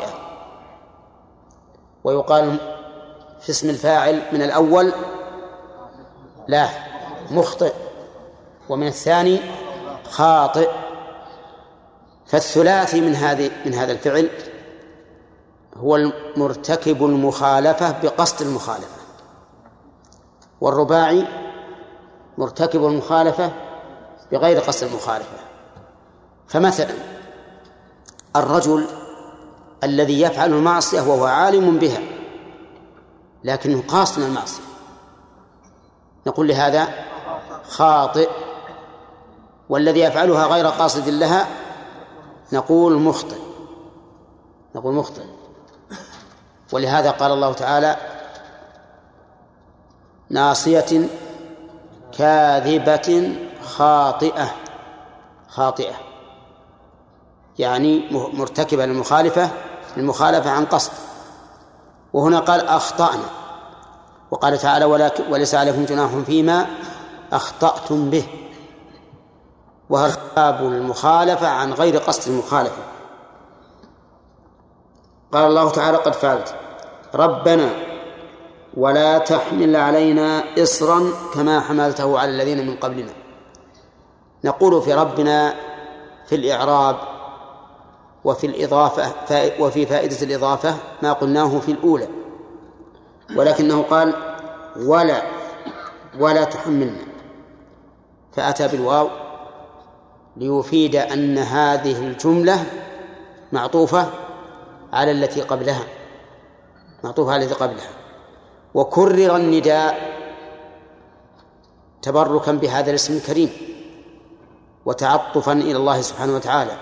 ويقال في اسم الفاعل من الأول لا مخطئ، ومن الثاني خاطئ. فالثلاثي من هذا الفعل هو المرتكب المخالفة بقصد المخالفة، والرباعي مرتكب المخالفة بغير قصد المخالفة. فمثلا الرجل الذي يفعل المعصية وهو عالم بها لكنه قاصد المعصية نقول لهذا خاطئ، والذي يفعلها غير قاصد لها نقول مخطئ. ولهذا قال الله تعالى ناصية كاذبة خاطئة، يعني مرتكبة للمخالفة عن قصد. وهنا قال أخطأنا، وقال تعالى وليس عليكم جناح فيما أخطأتم به، وارتكاب المخالفة عن غير قصد المخالفة. قال الله تعالى قد فعلت. ربنا ولا تحمل علينا إصرا كما حملته على الذين من قبلنا. نقول في ربنا في الإعراب وفي الإضافة وفي فائدة الإضافة ما قلناه في الأولى، ولكنه قال ولا تحملنا، فأتى بالواو ليفيد أن هذه الجملة معطوفة على التي قبلها، وكرر النداء تبركا بهذا الاسم الكريم وتعطفا إلى الله سبحانه وتعالى،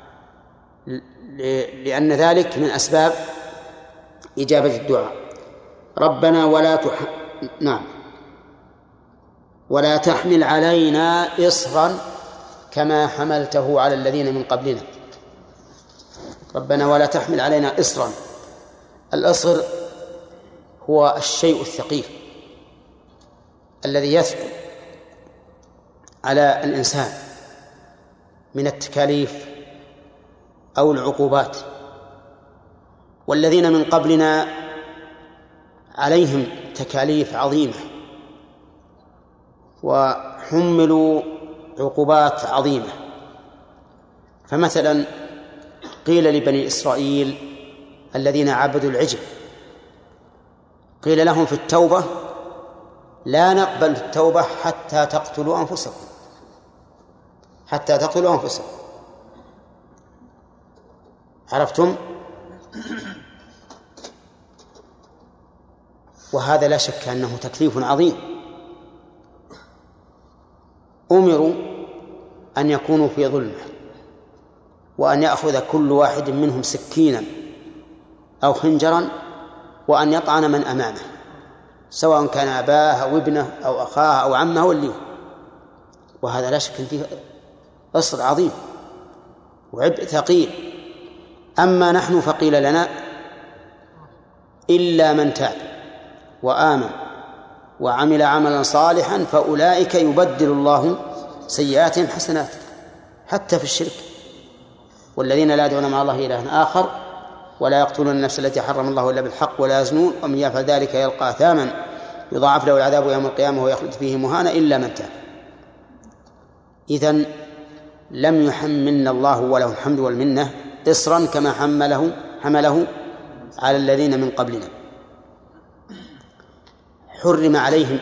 لأن ذلك من أسباب إجابة الدعاء. ربنا ولا تحمل علينا إصرا كما حملته على الذين من قبلنا. ربنا ولا تحمل علينا إصرا. الإصر هو الشيء الثقيل الذي يثقل على الإنسان من التكاليف أو العقوبات، والذين من قبلنا عليهم تكاليف عظيمة وحملوا عقوبات عظيمة. فمثلا قيل لبني إسرائيل الذين عبدوا العجل، قيل لهم في التوبة لا نقبل التوبة حتى تقتلوا أنفسكم. عرفتم؟ وهذا لا شك أنه تكليف عظيم. أمروا أن يكونوا في ظلمة، وأن يأخذ كل واحد منهم سكينا أو خنجرا وأن يطعن من أمامه، سواء كان أباه أو ابنه أو أخاه أو عمه والليه. وهذا لا شك فيه أصر عظيم وعبء ثقيل. أما نحن فقيل لنا إلا من تاب وآمن وعمل عملا صالحا فأولئك يبدل الله سيئاتهم حسنات، حتى في الشرك. والذين لا يدعون مع الله إلها آخر ولا يقتلون النفس التي حرم الله إلا بالحق ولا يزنون ومن يفعل ذلك يلقى أثاما يضاعف له العذاب يوم القيامة ويخلد فيه مهانا إلا من تاب. إذن لم يحملنا الله وله الحمد والمنة إصرا كما حمله على الذين من قبلنا. حرم عليهم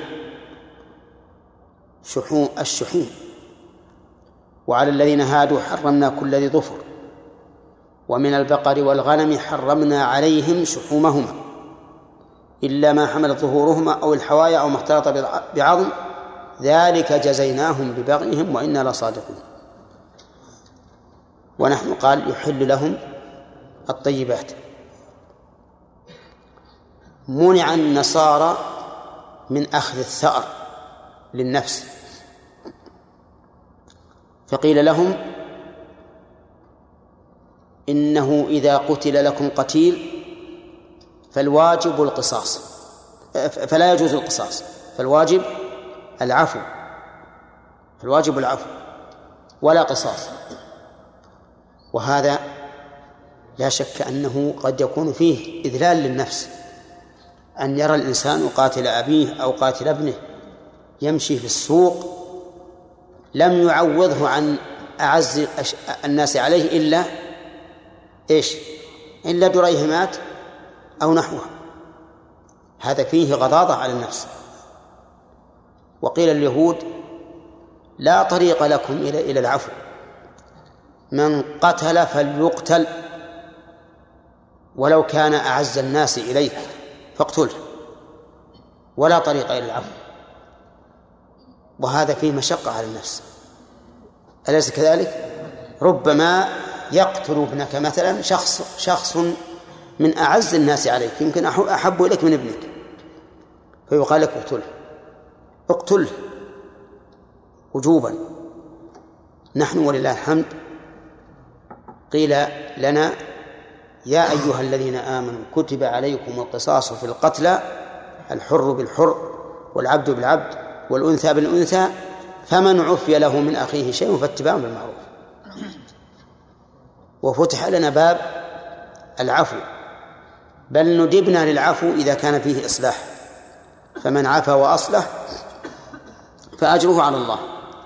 الشحوم، وعلى الذين هادوا حرمنا كل ذي ظفر، ومن البقر والغنم حرمنا عليهم شحومهما إلا ما حملت ظهورهما أو الحوايا أو ما اختلط بعظم ذلك جزيناهم ببغيهم وإنا لصادقون. ونحن قال يحل لهم الطيبات. منع النصارى من أخذ الثأر للنفس، فقيل لهم إنه إذا قتل لكم قتيل فالواجب القصاص، فلا يجوز القصاص، فالواجب العفو ولا قصاص. وهذا لا شك أنه قد يكون فيه إذلال للنفس، أن يرى الإنسان قاتل أبيه أو قاتل ابنه يمشي في السوق لم يعوضه عن أعز الناس عليه إلا دريهمات أو نحوها. هذا فيه غضاضة على النفس. وقيل اليهود لا طريق لكم إلى العفو، من قتل فليقتل ولو كان أعز الناس إليك فاقتله، ولا طريق إلى العفو. وهذا فيه مشقة على النفس، أليس كذلك؟ ربما يقتل ابنك مثلا شخص من أعز الناس عليك، يمكن أحب إليك من ابنك، فيقال لك اقتله وجوبا. نحن ولله الحمد قيل لنا يا أيها الذين آمنوا كتب عليكم القصاص في القتلى الحر بالحر والعبد بالعبد والأنثى بالأنثى فمن عفي له من أخيه شيء فاتباع بالمعروف. وفتح لنا باب العفو، بل ندبنا للعفو إذا كان فيه إصلاح. فمن عفا وأصلح فأجره على الله.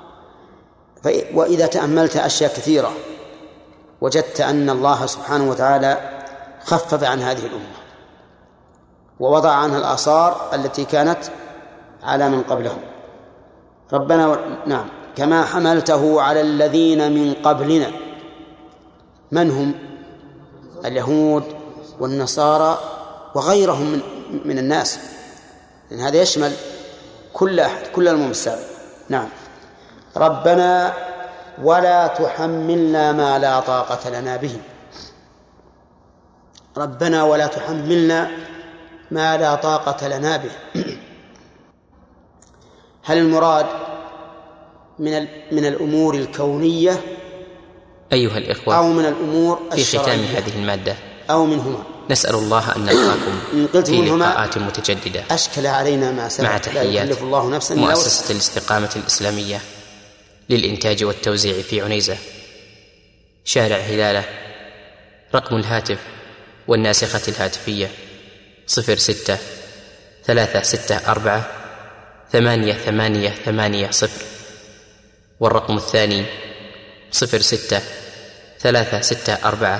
وإذا تأملت أشياء كثيرة وجدت أن الله سبحانه وتعالى خفف عن هذه الأمة ووضع عنها الآثار التي كانت على من قبلهم. ربنا نعم كما حملته على الذين من قبلنا. من هم؟ اليهود والنصارى وغيرهم من الناس، لأن هذا يشمل كل أحد، كل الأمم السابقة. نعم. ربنا ولا تحملنا ما لا طاقة لنا به. ربنا ولا تحملنا ما لا طاقة لنا به. هل المراد من الأمور الكونية أيها الإخوة أو من الأمور في ختام الشرعية هذه المادة أو منهما؟ نسأل الله أن نلقاكم في لقاءات متجددة أشكل علينا ما سبق. مع تحيات الله نفسا مؤسسة الاستقامة الإسلامية للإنتاج والتوزيع في عنيزة، شارع هلالة. رقم الهاتف والناسخة الهاتفية 06-364-8880، والرقم الثاني 06-364